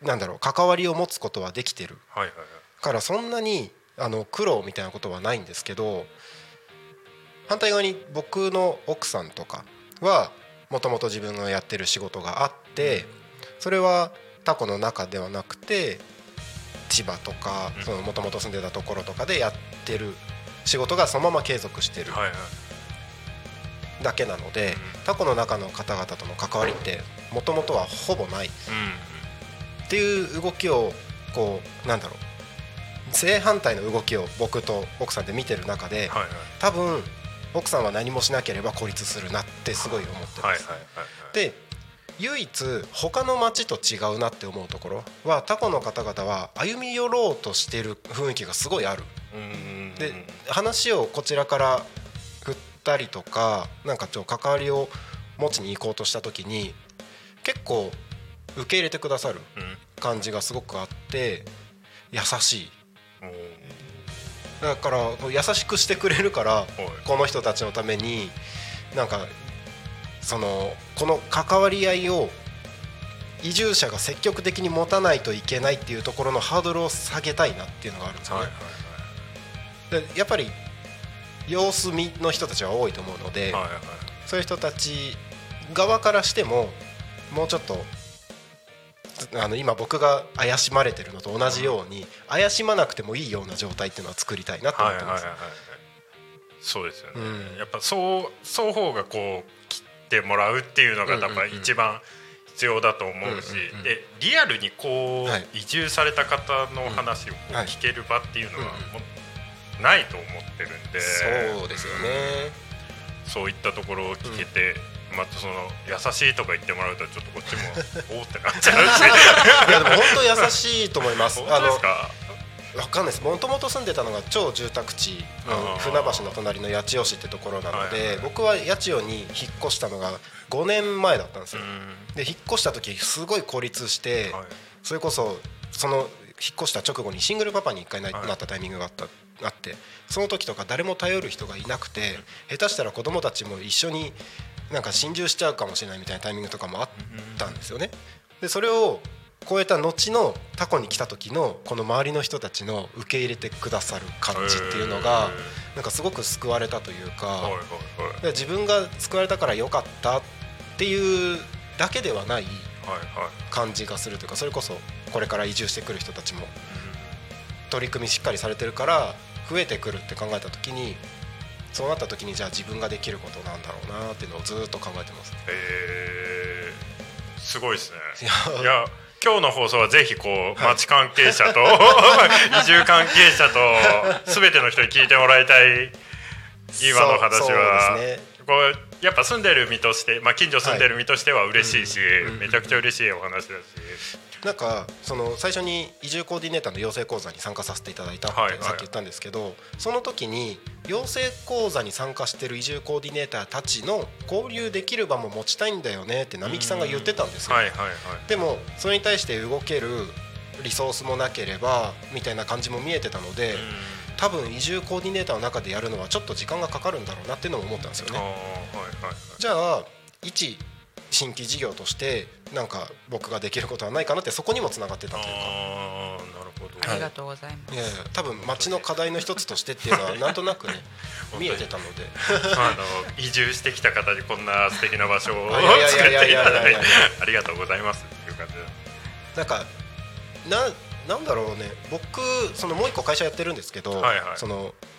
なんだろう、関わりを持つことはできてる、はいはいはい、からそんなにあの苦労みたいなことはないんですけど、反対側に僕の奥さんとかはもともと自分がやってる仕事があって、それはタコの中ではなくて千葉とかもともと住んでたところとかでやってる仕事がそのまま継続してるだけなので、タコの中の方々との関わりってもともとはほぼないっていう動きをこうなんだろう、正反対の動きを僕と奥さんで見てる中で、多分奥さんは何もしなければ孤立するなってすごい思ってます。で唯一他の町と違うなって思うところは、タコの方々は歩み寄ろうとしてる雰囲気がすごいある。で話をこちらから振ったりとか、なんかちょっと関わりを持ちに行こうとした時に結構受け入れてくださる感じがすごくあって、優しい。だから優しくしてくれるから、この人たちのためになんかそのこの関わり合いを移住者が積極的に持たないといけないっていうところのハードルを下げたいなっていうのがあるんですよね。はいはいはい、でやっぱり様子見の人たちは多いと思うので、はいはいはい、そういう人たち側からしてももうちょっとあの今僕が怪しまれてるのと同じように怪しまなくてもいいような状態っていうのは作りたいなと思ってます。はいはいはいはい、 そうですよね、うん、やっぱそう双方がこう切ってもらうっていうのが多分一番必要だと思うし、でリアルにこう、はい、移住された方の話をこう聞ける場っていうのはもうないと思ってるんで、 そうですよね、 うん、そういったところを聞けて、うん、またその優しいとか言ってもらうとちょっとこっちもおーってなっちゃうしいやでも本当優しいと思います。 本当ですか？ わかんないです。もともと住んでたのが超住宅地の船橋の隣の八千代市ってところなので、はいはいはい、僕は八千代に引っ越したのがごねんまえだったんですよ。で引っ越した時すごい孤立して、はい、それこそその引っ越した直後にシングルパパにいっかい な,、はい、なったタイミングがあったあって、その時とか誰も頼る人がいなくて、下手したら子供たちも一緒になんか心中しちゃうかもしれないみたいなタイミングとかもあったんですよね。でそれを超えた後のタコに来た時のこの周りの人たちの受け入れてくださる感じっていうのがなんかすごく救われたというか、自分が救われたから良かったっていうだけではない感じがするというか、それこそこれから移住してくる人たちも取り組みしっかりされてるから増えてくるって考えた時に、そうなった時にじゃあ自分ができることなんだろうなっていうのをずっと考えてます。 へー、すごいですね。いや今日の放送はぜひこう町関係者と、移住関係者と全ての人に聞いてもらいたい今の話は、そうですね、こうやっぱ住んでる身として、まあ、近所住んでる身としては嬉しいし、はい、めちゃくちゃ嬉しいお話だし、 なんかその最初に移住コーディネーターの養成講座に参加させていただいたってさっき言ったんですけど、はいはい、その時に養成講座に参加してる移住コーディネーターたちの交流できる場も持ちたいんだよねって並木さんが言ってたんですよ、はいはいはい、でもそれに対して動けるリソースもなければみたいな感じも見えてたので、多分移住コーディネーターの中でやるのはちょっと時間がかかるんだろうなっていうのも思ったんですよね。あ、はいはいはい、じゃあ一新規事業としてなんか僕ができることはないかなって、そこにもつながってたというか。 あ、なるほど、 ありがとうございます。 いやいや多分町の課題の一つとしてっていうのはなんとなくね見えてたのであの移住してきた方にこんな素敵な場所を作っていただいてありがとうございますっていう感じで、 なんかななんだろうね、僕そのもう一個会社やってるんですけど、はいはい、その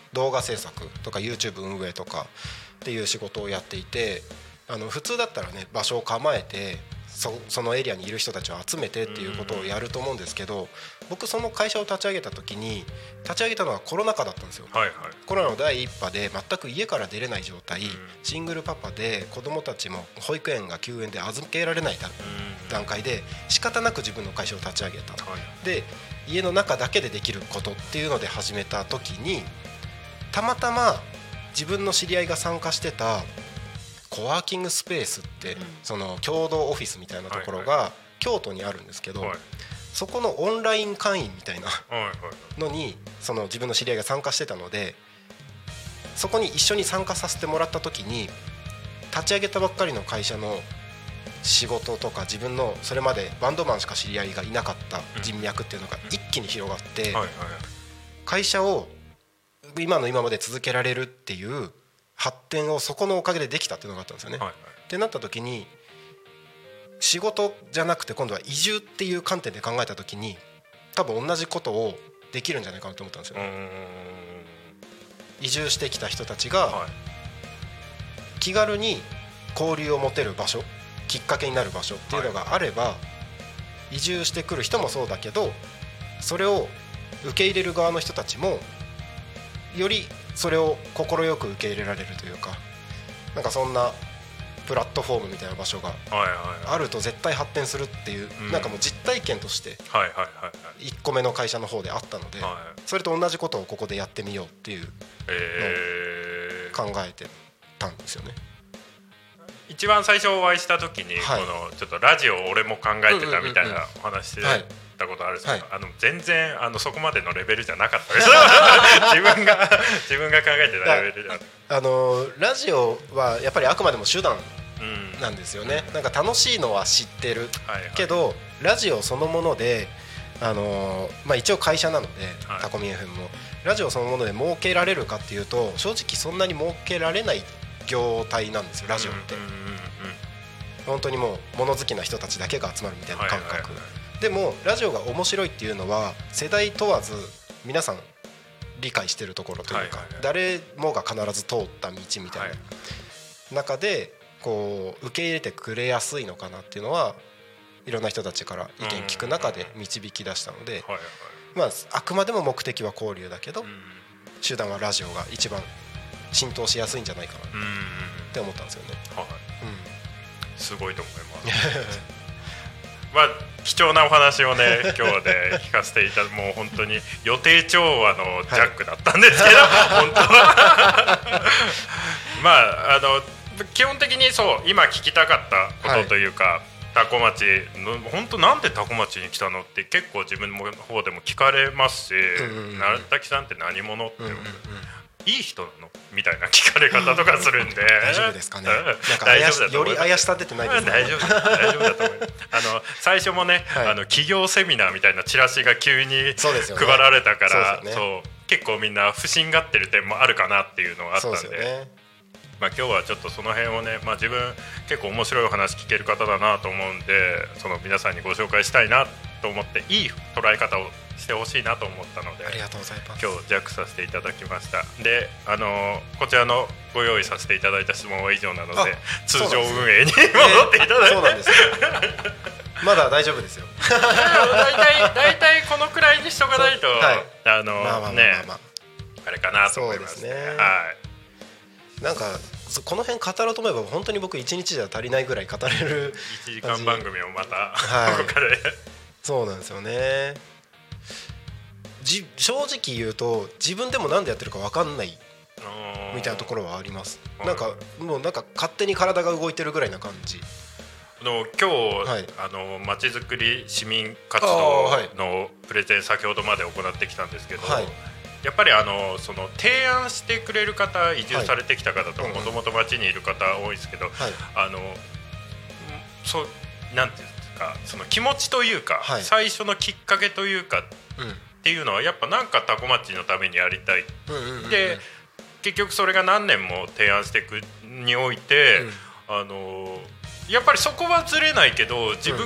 動画制作とか YouTube 運営とかっていう仕事をやっていて、あの普通だったらね場所を構えて そ, そのエリアにいる人たちを集めてっていうことをやると思うんですけど、僕その会社を立ち上げた時に立ち上げたのはコロナ禍だったんですよ、はいはい、コロナの第一波で全く家から出れない状態、シングルパパで子どもたちも保育園が休園で預けられない段階で仕方なく自分の会社を立ち上げた、はい、で家の中だけでできることっていうので始めた時に、たまたま自分の知り合いが参加してたコワーキングスペースって、うん、その共同オフィスみたいなところが京都にあるんですけど、はいはい、そこのオンライン会員みたいなのにその自分の知り合いが参加してたので、そこに一緒に参加させてもらった時に、立ち上げたばっかりの会社の仕事とか自分のそれまでバンドマンしか知り合いがいなかった人脈っていうのが一気に広がって、会社を今の今まで続けられるっていう発展をそこのおかげでできたっていうのがあったんですよね、はいはい、ってなった時に、仕事じゃなくて今度は移住っていう観点で考えた時に多分同じことをできるんじゃないかなと思ったんですよね。移住してきた人たちが気軽に交流を持てる場所、きっかけになる場所っていうのがあれば、移住してくる人もそうだけど、それを受け入れる側の人たちもよりそれを快く受け入れられるというか、なんかそんなプラットフォームみたいな場所があると絶対発展するっていう、なんかもう実体験としていっこめの会社の方であったので、それと同じことをここでやってみようっていうのを考えてたんですよね。 一番最初お会いした時に、はい、このちょっとラジオを俺も考えてたみたいなお話してたことあるんですけど、あの全然あのそこまでのレベルじゃなかったです自分が自分が考えてたレベルじゃなかった。 あのラジオはやっぱりあくまでも手段なんですよね、うん、なんか楽しいのは知ってる、はいはい、けどラジオそのもので、あのまあ、一応会社なので、はい、タコミ エフエム もラジオそのもので儲けられるかっていうと正直そんなに儲けられない業態なんですよ、ラジオって、うんうんうんうん、本当にもう物好きな人たちだけが集まるみたいな感覚、はいはいはい、でもラジオが面白いっていうのは世代問わず皆さん理解してるところというか、はいはいはい、誰もが必ず通った道みたいな中でこう受け入れてくれやすいのかなっていうのはいろんな人たちから意見聞く中で導き出したので、まああくまでも目的は交流だけど手段はラジオが一番浸透しやすいんじゃないかなって思ったんですよね、はい、 うん、すごいと思いますまあ貴重なお話をね今日で聞かせていただもう本当に予定調和のジャックだったんですけど、はい、本当はまああの基本的にそう今聞きたかったことというか、はい、タコ町の本当なんでタコ町に来たのって結構自分の方でも聞かれますし、うんうんうん、鳴滝さんって何者って、うんうんうん、いい人なのみたいな聞かれ方とかするんで大丈夫ですかね。なんか大丈夫だと思います。より怪しさ出てないですか。 大丈夫大丈夫だと思いますあの最初もね、はい、あの企業セミナーみたいなチラシが急に配られたから、そうですよね、そう結構みんな不審がってる点もあるかなっていうのがあったんで、そうですよね、まあ、今日はちょっとその辺をね、まあ、自分結構面白いお話聞ける方だなと思うんで、その皆さんにご紹介したいなと思っていい捉え方をしてほしいなと思ったので、 ありがとうございます。 今日ジャックさせていただきました。で、あのこちらのご用意させていただいた質問は以上なので通常運営に戻っていただいて、 そうなんですよまだ大丈夫ですよだいたいだいたいこのくらいにしとかないと、はい、あのまあまあまあまあ、ね、あれかなと思いますね。そうですね、はい、 なんかこの辺語ろうと思えば本当に僕いちにちじゃ足りないぐらい語れるいちじかん番組をまた、はい、ここからそうなんですよね。じ正直言うと自分でも何でやってるか分かんないみたいなところはあります。なんかもうなんか勝手に体が動いてるぐらいな感じ。 の今日、はい、あのまちづくり市民活動のプレゼン先ほどまで行ってきたんですけど、はい、やっぱりあのその提案してくれる方、移住されてきた方ともともと町にいる方多いですけど、はい、あのそうなんていうんですか、その気持ちというか、はい、最初のきっかけというか、うん、っていうのはやっぱなんかタコ町のためにやりたい、うんうんうんうん、で結局それが何年も提案していくにおいて、うん、あのやっぱりそこはずれないけど自分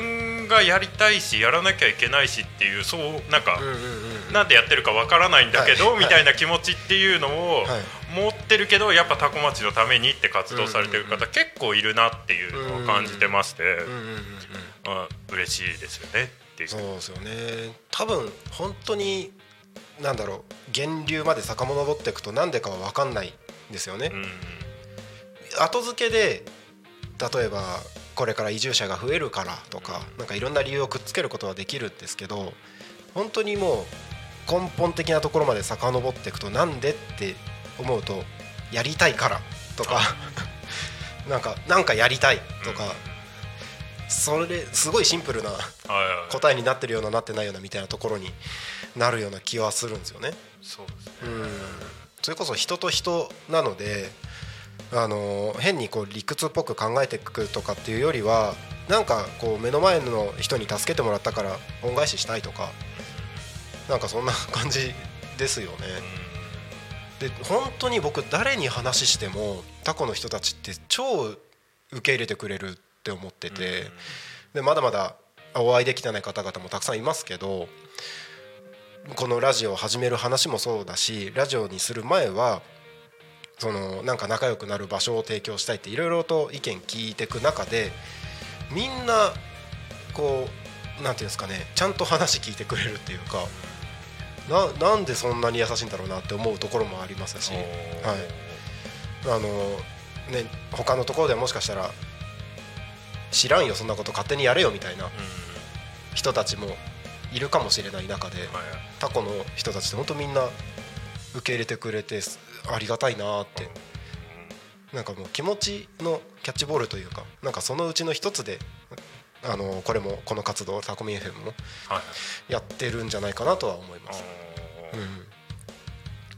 分がやりたいしやらなきゃいけないしっていう、そうなんか、うんうんうん、なんでやってるかわからないんだけど、はい、みたいな気持ちっていうのを持ってるけど、やっぱタコ町のためにって活動されてる方、うんうんうん、結構いるなっていうのを感じてまして、うんうんうん、あ、嬉しいですよねっていう。 そうですよね。多分本当になんだろう、源流まで遡っていくとなんでかは分かんないんですよね、うん、後付けで例えばこれから移住者が増えるからとか、なんかいろんな理由をくっつけることはできるんですけど、本当にもう根本的なところまで遡っていくと、なんでって思うと、やりたいからとかなんかなんかやりたいとか、それすごいシンプルな答えになってるようななってないようなみたいなところになるような気はするんですよね。 そうですね。 うん、それこそ人と人なので、あの変にこう理屈っぽく考えていくとかっていうよりは、なんかこう目の前の人に助けてもらったから恩返ししたいとか、なんかそんな感じですよね。で本当に僕誰に話してもタコの人たちって超受け入れてくれるって思ってて、でまだまだお会いできてない方々もたくさんいますけど、このラジオを始める話もそうだし、ラジオにする前はそのなんか仲良くなる場所を提供したいっていろいろと意見聞いていく中で、みんなこうなんていうんですかね、ちゃんと話聞いてくれるっていうか、な, なんでそんなに優しいんだろうなって思うところもありますし、はい、あのね、他のところでもしかしたら知らんよそんなこと勝手にやれよみたいな人たちもいるかもしれない中で、タコの人たちって本当みんな受け入れてくれてありがたいなって、なんかもう気持ちのキャッチボールというか、なんかそのうちの一つであのこれもこの活動タコミ エフエム もやってるんじゃないかなとは思います、 うん、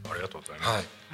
ありがとうございます、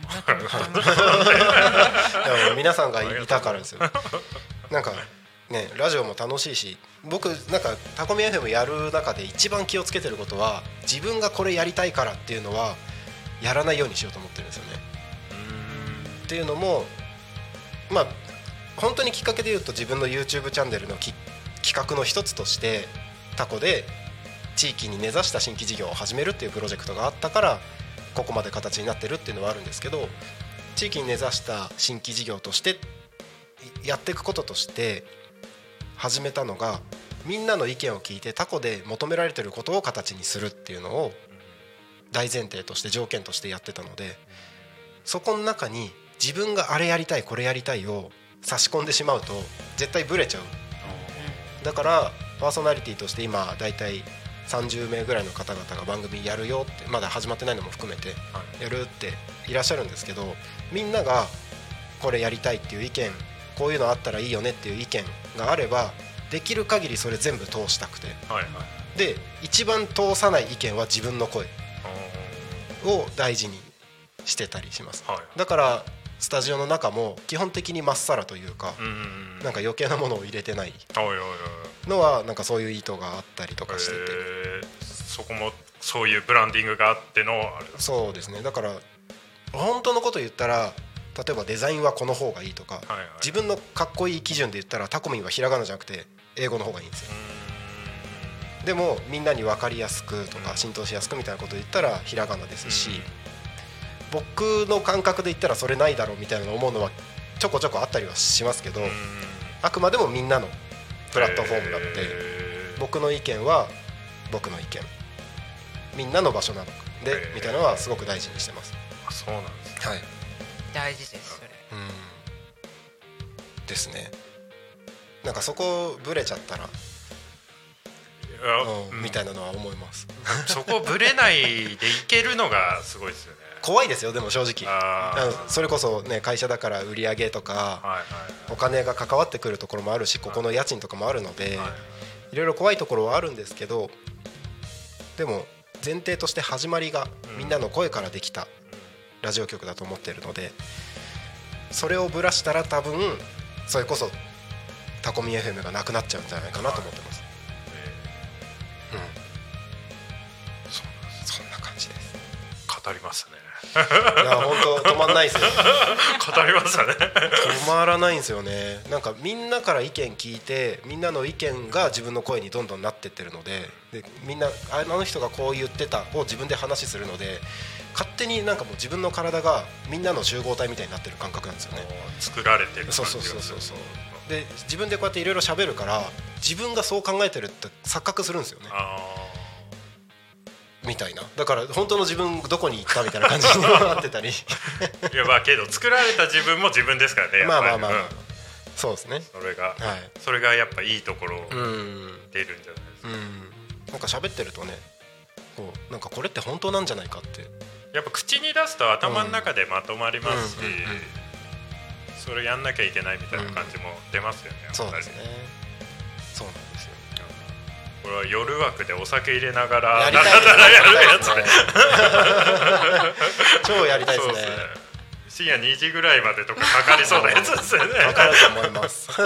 はい、いや皆さんがいたからですよ。なんかね、ラジオも楽しいし、僕なんかタコミ エフエム やる中で一番気をつけてることは、自分がこれやりたいからっていうのはやらないようにしようと思ってるんですよね。うーんっていうのも、まあ本当にきっかけで言うと、自分の YouTube チャンネルのき企画の一つとしてタコで地域に根ざした新規事業を始めるっていうプロジェクトがあったからここまで形になってるっていうのはあるんですけど、地域に根ざした新規事業としてやっていくこととして始めたのが、みんなの意見を聞いてタコで求められてることを形にするっていうのを大前提として条件としてやってたので、そこの中に自分があれやりたいこれやりたいを差し込んでしまうと絶対ブレちゃう。だからパーソナリティとして今だいたいさんじゅうめいぐらいの方々が番組やるよって、まだ始まってないのも含めてやるっていらっしゃるんですけど、みんながこれやりたいっていう意見、こういうのあったらいいよねっていう意見があれば、できる限りそれ全部通したくて、はいはい、で一番通さない意見は自分の声を大事にしてたりします、はい、だからスタジオの中も基本的にまっさらというか、うんうん、なんか余計なものを入れてないのはなんかそういう意図があったりとかしてて、 えー、そこもそういうブランディングがあってのあれ。 そうですね。だから本当のこと言ったら、例えばデザインはこの方がいいとか、はいはい、自分のかっこいい基準で言ったらタコミンはひらがなじゃなくて英語の方がいいんですよ。でもみんなに分かりやすくとか浸透しやすくみたいなことを言ったらひらがなですし、僕の感覚で言ったらそれないだろうみたいなの思うのはちょこちょこあったりはしますけど、あくまでもみんなのプラットフォームなので、僕の意見は僕の意見、みんなの場所なのでみたいなのはすごく大事にしてます。 あ、そうなんですね。 はい、 大事ですそれ。 うんですね。なんかそこブレちゃったらうん、みたいなのは思います。 そこブレないでいけるのがすごいですよね。 怖いですよ。でも正直それこそね、会社だから売り上げとか、はいはいはい、お金が関わってくるところもあるし、ここの家賃とかもあるので、はい、いろいろ怖いところはあるんですけど、でも前提として始まりがみんなの声からできたラジオ局だと思っているので、それをぶらしたら多分それこそタコミ エフエム がなくなっちゃうんじゃないかなと思ってます。うん、そんな感じです。 語りますね。 いや本当止まんないですよ語りましたね止まらないんですよね。なんかみんなから意見聞いてみんなの意見が自分の声にどんどんなってってるので、でみんなあの人がこう言ってたを自分で話するので、勝手になんかもう自分の体がみんなの集合体みたいになってる感覚なんですよね。 作られてる感じがする。 そうそうそうそう。で自分でこうやっていろいろ喋るから自分がそう考えてるって錯覚するんですよね。あみたいな。だから本当の自分どこに行ったみたいな感じになってたりいやまあけど作られた自分も自分ですからね。 まあまあまあ、うん、そうですね。 それが、はい、それがやっぱいいところ出るんじゃないですか。うん、 なんか喋ってるとね、こうなんかこれって本当なんじゃないかってやっぱ口に出すと頭の中でまとまりますし、うんうんうんうん、それやんなきゃいけないみたいな感じも出ますよね、 うん、そうですね。そうなんですよ。 これは夜枠でお酒入れながらやりたいですねやるやつね超やりたいですね。 深夜にじぐらいまでとかかかりそうなやつですよね。 かかると思いますえ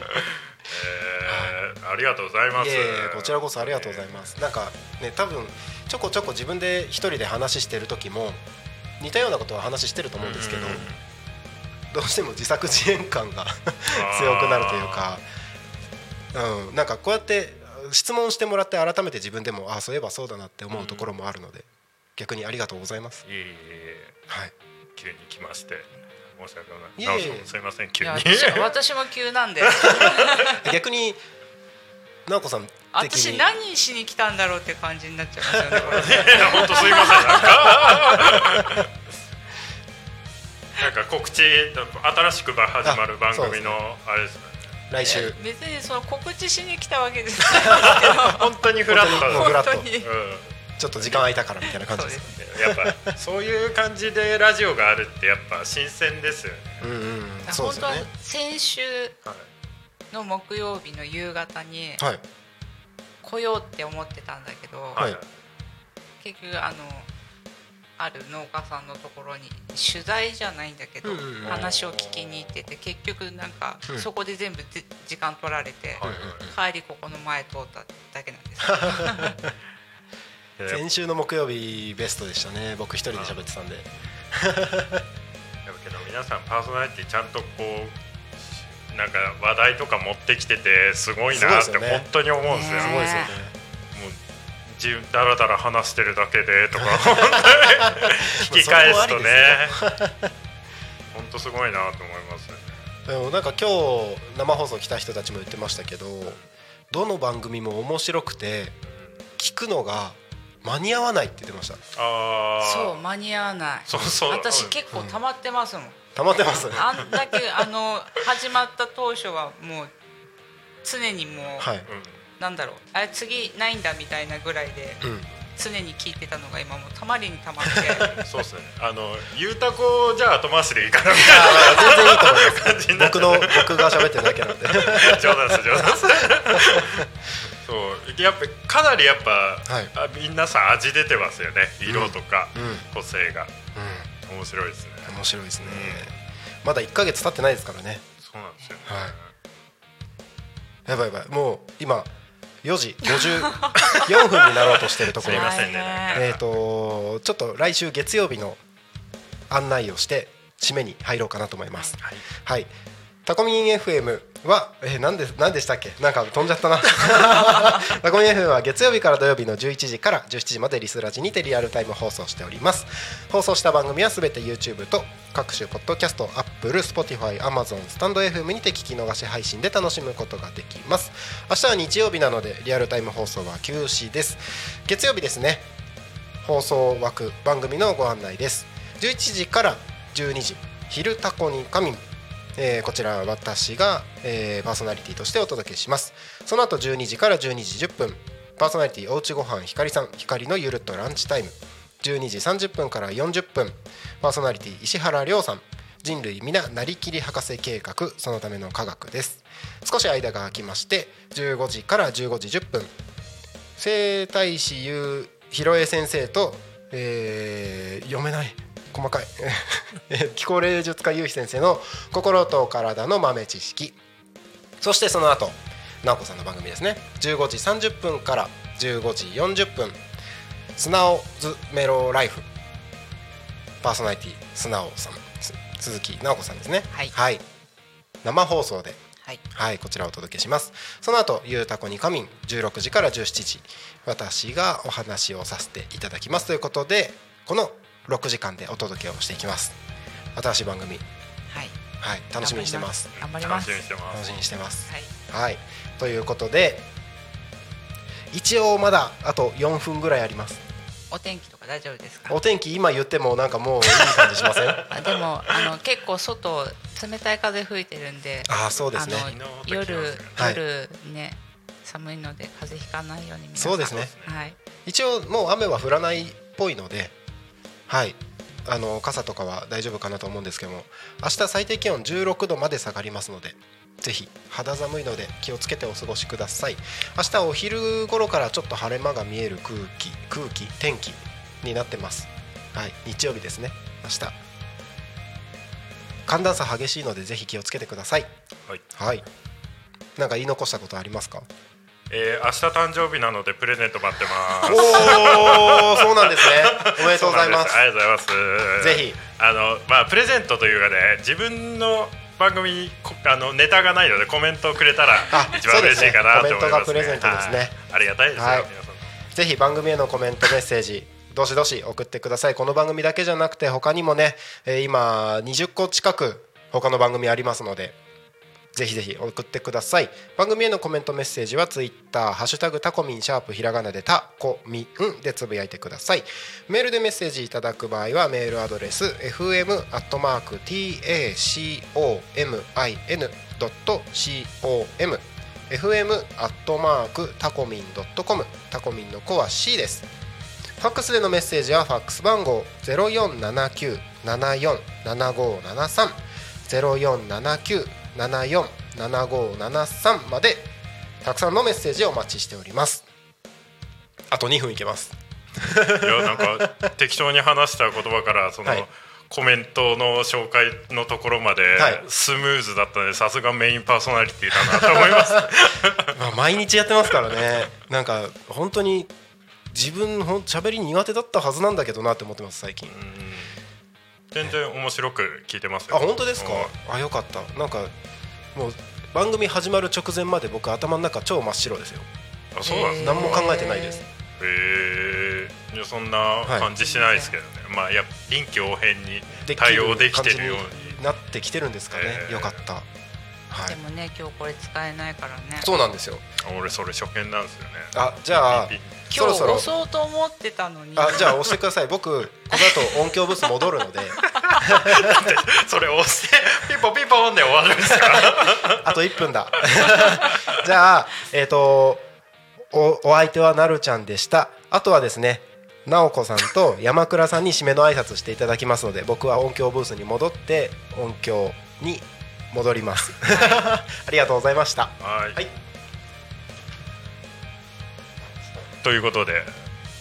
ー、ありがとうございます。 いえいえこちらこそありがとうございます。なんかね多分ちょこちょこ自分で一人で話してる時も似たようなことは話してると思うんですけど、どうしても自作自演感が強くなるというか、うん、なんかこうやって質問してもらって改めて自分でもあそういえばそうだなって思うところもあるので、逆にありがとうございます。 いえいえ、 はい、 急に来まして申し訳ない。いえいえすいません急に。 私も急なんで逆に直子さん的に私何しに来たんだろうって感じになっちゃいますよねこれね本当すいませんなんかなんか告知新しく始まる番組のあれですね。 来週別にその告知しに来たわけじゃないんですけど本当にフラット本当に、 うん、ちょっと時間空いたからみたいな感じですね。やっぱそういう感じでラジオがあるってやっぱ新鮮ですよね。 うんうん、 そうですよね。本当先週の木曜日の夕方に来ようって思ってたんだけど、はい、結局あのある農家さんのところに取材じゃないんだけど、うんうん、話を聞きに行ってて結局なんかそこで全部時間取られて、うん、帰りここの前通っただけなんです先週の木曜日ベストでしたね。僕一人で喋ってたんでやっぱけど皆さんパーソナリティちゃんとこうなんか話題とか持ってきててすごいなって本当に思うんですよ。 すごいですよね。 だらだら話してるだけでとか聞き返すとね本当すごいなと思いますね。 でもなんか今日生放送来た人たちも言ってましたけど、どの番組も面白くて聞くのが間に合わないって言ってました。 あそう間に合わない。 そうそう私結構溜まってますもん、うん、 溜まってますね。 あんだけあの始まった当初はもう常にもう、はい、なんだろうあれ次ないんだみたいなぐらいで、うん、常に聞いてたのが今もうたまりにたまってそうですね。あのゆうたこじゃあ後回しでいいかなみたいな全然いいと思います僕の僕が喋ってるだけなんで冗談です冗談ですそうやっぱかなりやっぱ、はい、皆さん味出てますよね。色とか、うん、個性が、うん、面白いですね。 面白いですね、うん、まだいっかげつ経ってないですからね。 そうなんですよね、 はい、やばいやばいもう今よじごじゅうよんぷんになろうとしているところすいませんね。 えーとちょっと来週月曜日の案内をして締めに入ろうかなと思います。はい、はい、タコミン エフエム は、えー、何で、何でしたっけ。なんか飛んじゃったなタコミン エフエム は月曜日から土曜日のじゅういちじからじゅうしちじまでリスラジにてリアルタイム放送しております。放送した番組はすべて YouTube と各種ポッドキャスト、Apple、Spotify、Amazon、スタンド エフエム にて聞き逃し配信で楽しむことができます。明日は日曜日なのでリアルタイム放送は休止です。月曜日ですね、放送枠番組のご案内です。じゅういちじからじゅうにじ昼タコに仮眠、えー、こちらは私が、えー、パーソナリティとしてお届けします。その後じゅうにじからじゅうにじじゅっぷんパーソナリティおうちごはんひかりさんひかりのゆるっとランチタイム。じゅうにじさんじゅっぷんからよんじゅっぷんパーソナリティ石原亮さん人類皆なりきり博士計画そのための科学です。少し間が空きましてじゅうごじからじゅうごじじゅっぷん整体師ゆうひろえ先生と、えー、読めない細かい気候霊術家ゆうひ先生の心と体の豆知識。そしてその後直子さんの番組ですね。じゅうごじさんじゅっぷんからじゅうごじよんじゅっぷんスナオズメロライフパーソナリティ素直さん、鈴木直子さんですね。 はい、 はい、生放送で、 はいはい、こちらをお届けします。その後ゆうたこに仮眠じゅうろくじからじゅうしちじ私がお話をさせていただきますということで、このろくじかんでお届けをしていきます。新しい番組、 はい、 はい、楽しみにしてます。 頑張ります。 楽しみにしてます。 楽しみにしてます。 はい、 はい、ということで一応まだあとよんぷんぐらいあります。 お天気とか大丈夫ですか？ お天気今言ってもなんかもういい感じしません？ あでもあの結構外冷たい風吹いてるんで、 あそうですね、 あの夜、夜ね、寒いので風邪ひかないように皆さん。 そうですね、 はい、 一応もう雨は降らないっぽいので、はい、あの傘とかは大丈夫かなと思うんですけども、明日最低気温じゅうろくどまで下がりますので、ぜひ肌寒いので気をつけてお過ごしください。明日お昼頃からちょっと晴れ間が見える空気空気天気になってます。はい、日曜日ですね。明日寒暖差激しいのでぜひ気をつけてください。 はい、 はい、なんか言い残したことありますか？ えー、明日誕生日なのでプレゼント待ってます。 おー、そうなんですね。おめでとうございます。 ありがとうございます。 ぜひあの、まあ、プレゼントというかね、自分の番組にあのネタがないのでコメントをくれたら一番嬉しいかなと思いますね。コメントがプレゼントですね。ありがたいですよ、はい、皆さん。 ぜひ番組へのコメントメッセージどしどし送ってください。この番組だけじゃなくて他にもね、えー、今にじゅっこ近く他の番組ありますので、ぜひぜひ送ってください。番組へのコメントメッセージはツイッターハッシュタグタコミンシャープひらがなでタコミンでつぶやいてください。メールでメッセージいただく場合はメールアドレス エフエム アットマーク タコミン ドット コム エフエム アットマーク タコミン ドット コム タコミンの子は C です。ファックスでのメッセージはファックス番号 ゼロよんななきゅう ななよん ななごななさん ゼロよんななきゅう ななよん ななごななさんまでたくさんのメッセージをお待ちしております。あとにふんいけます。 いやなんか適当に話した言葉からその、はい、コメントの紹介のところまでスムーズだったので、さすがメインパーソナリティだなと思います。 まあ毎日やってますからね。なんか本当に自分ほん喋り苦手だったはずなんだけどなって思ってます最近。うん、 全然面白く聞いてますよ。 あ本当ですか？あよかった。なんかもう番組始まる直前まで僕頭の中超真っ白ですよ。 あそうなんです。 何も考えてないです。 へえ。いやそんな感じしないですけどね。はい、まあや臨機応変に対応できてるようになってきてるんですかね。よかった。 はい、でもね今日これ使えないからね。 そうなんですよ。 俺それ初見なんですよね。 あじゃあ今日押そうと思ってたのに。 あじゃあ押してください。僕この後音響ブース戻るので。 それ押してピンポンピンポンで終わるんですか？ あといっぷんだ。じゃあえっとおお相手はなるちゃんでした。あとはですね直子さんと山倉さんに締めの挨拶していただきますので、僕は音響ブースに戻って音響に戻ります。ありがとうございました。 はい、 はい、 ということで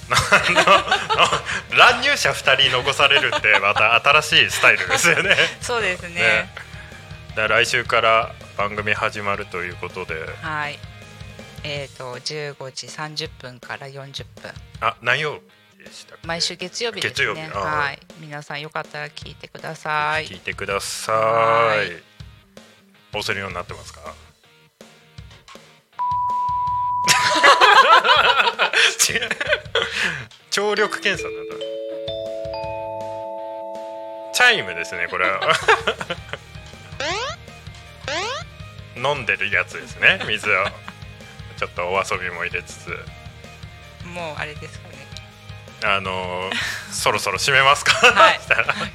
乱入者ふたり残されるってまた新しいスタイルですよね。 そうですね。 ねだ来週から番組始まるということで、 はい、えーとじゅうごじさんじゅっぷんからよんじゅっぷん。 あ何曜日でしたっけ？ 毎週月曜日ですね。 月曜日。 はい、皆さんよかったら聞いてください。 聞いてください。押せるようになってますか？聴力検査なんだ。チャイムですねこれは。飲んでるやつですね水を。ちょっとお遊びも入れつつ。 もうあれですかね。 あのー、そろそろ締めますか？ はい。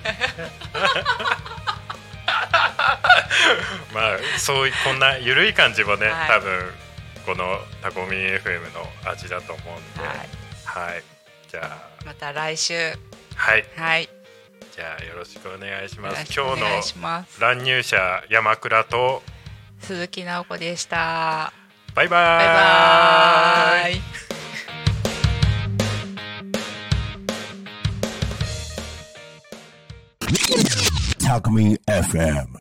まあそういうこんな緩い感じもね、はい、多分このタコミン エフエム の味だと思うんで、はい、はい、じゃあまた来週。 はい、 はい、 じゃあよろしくお願いします。今日の乱入者山倉と鈴木直子でした。 バイバイ。 バイバイ。 タコミン エフエム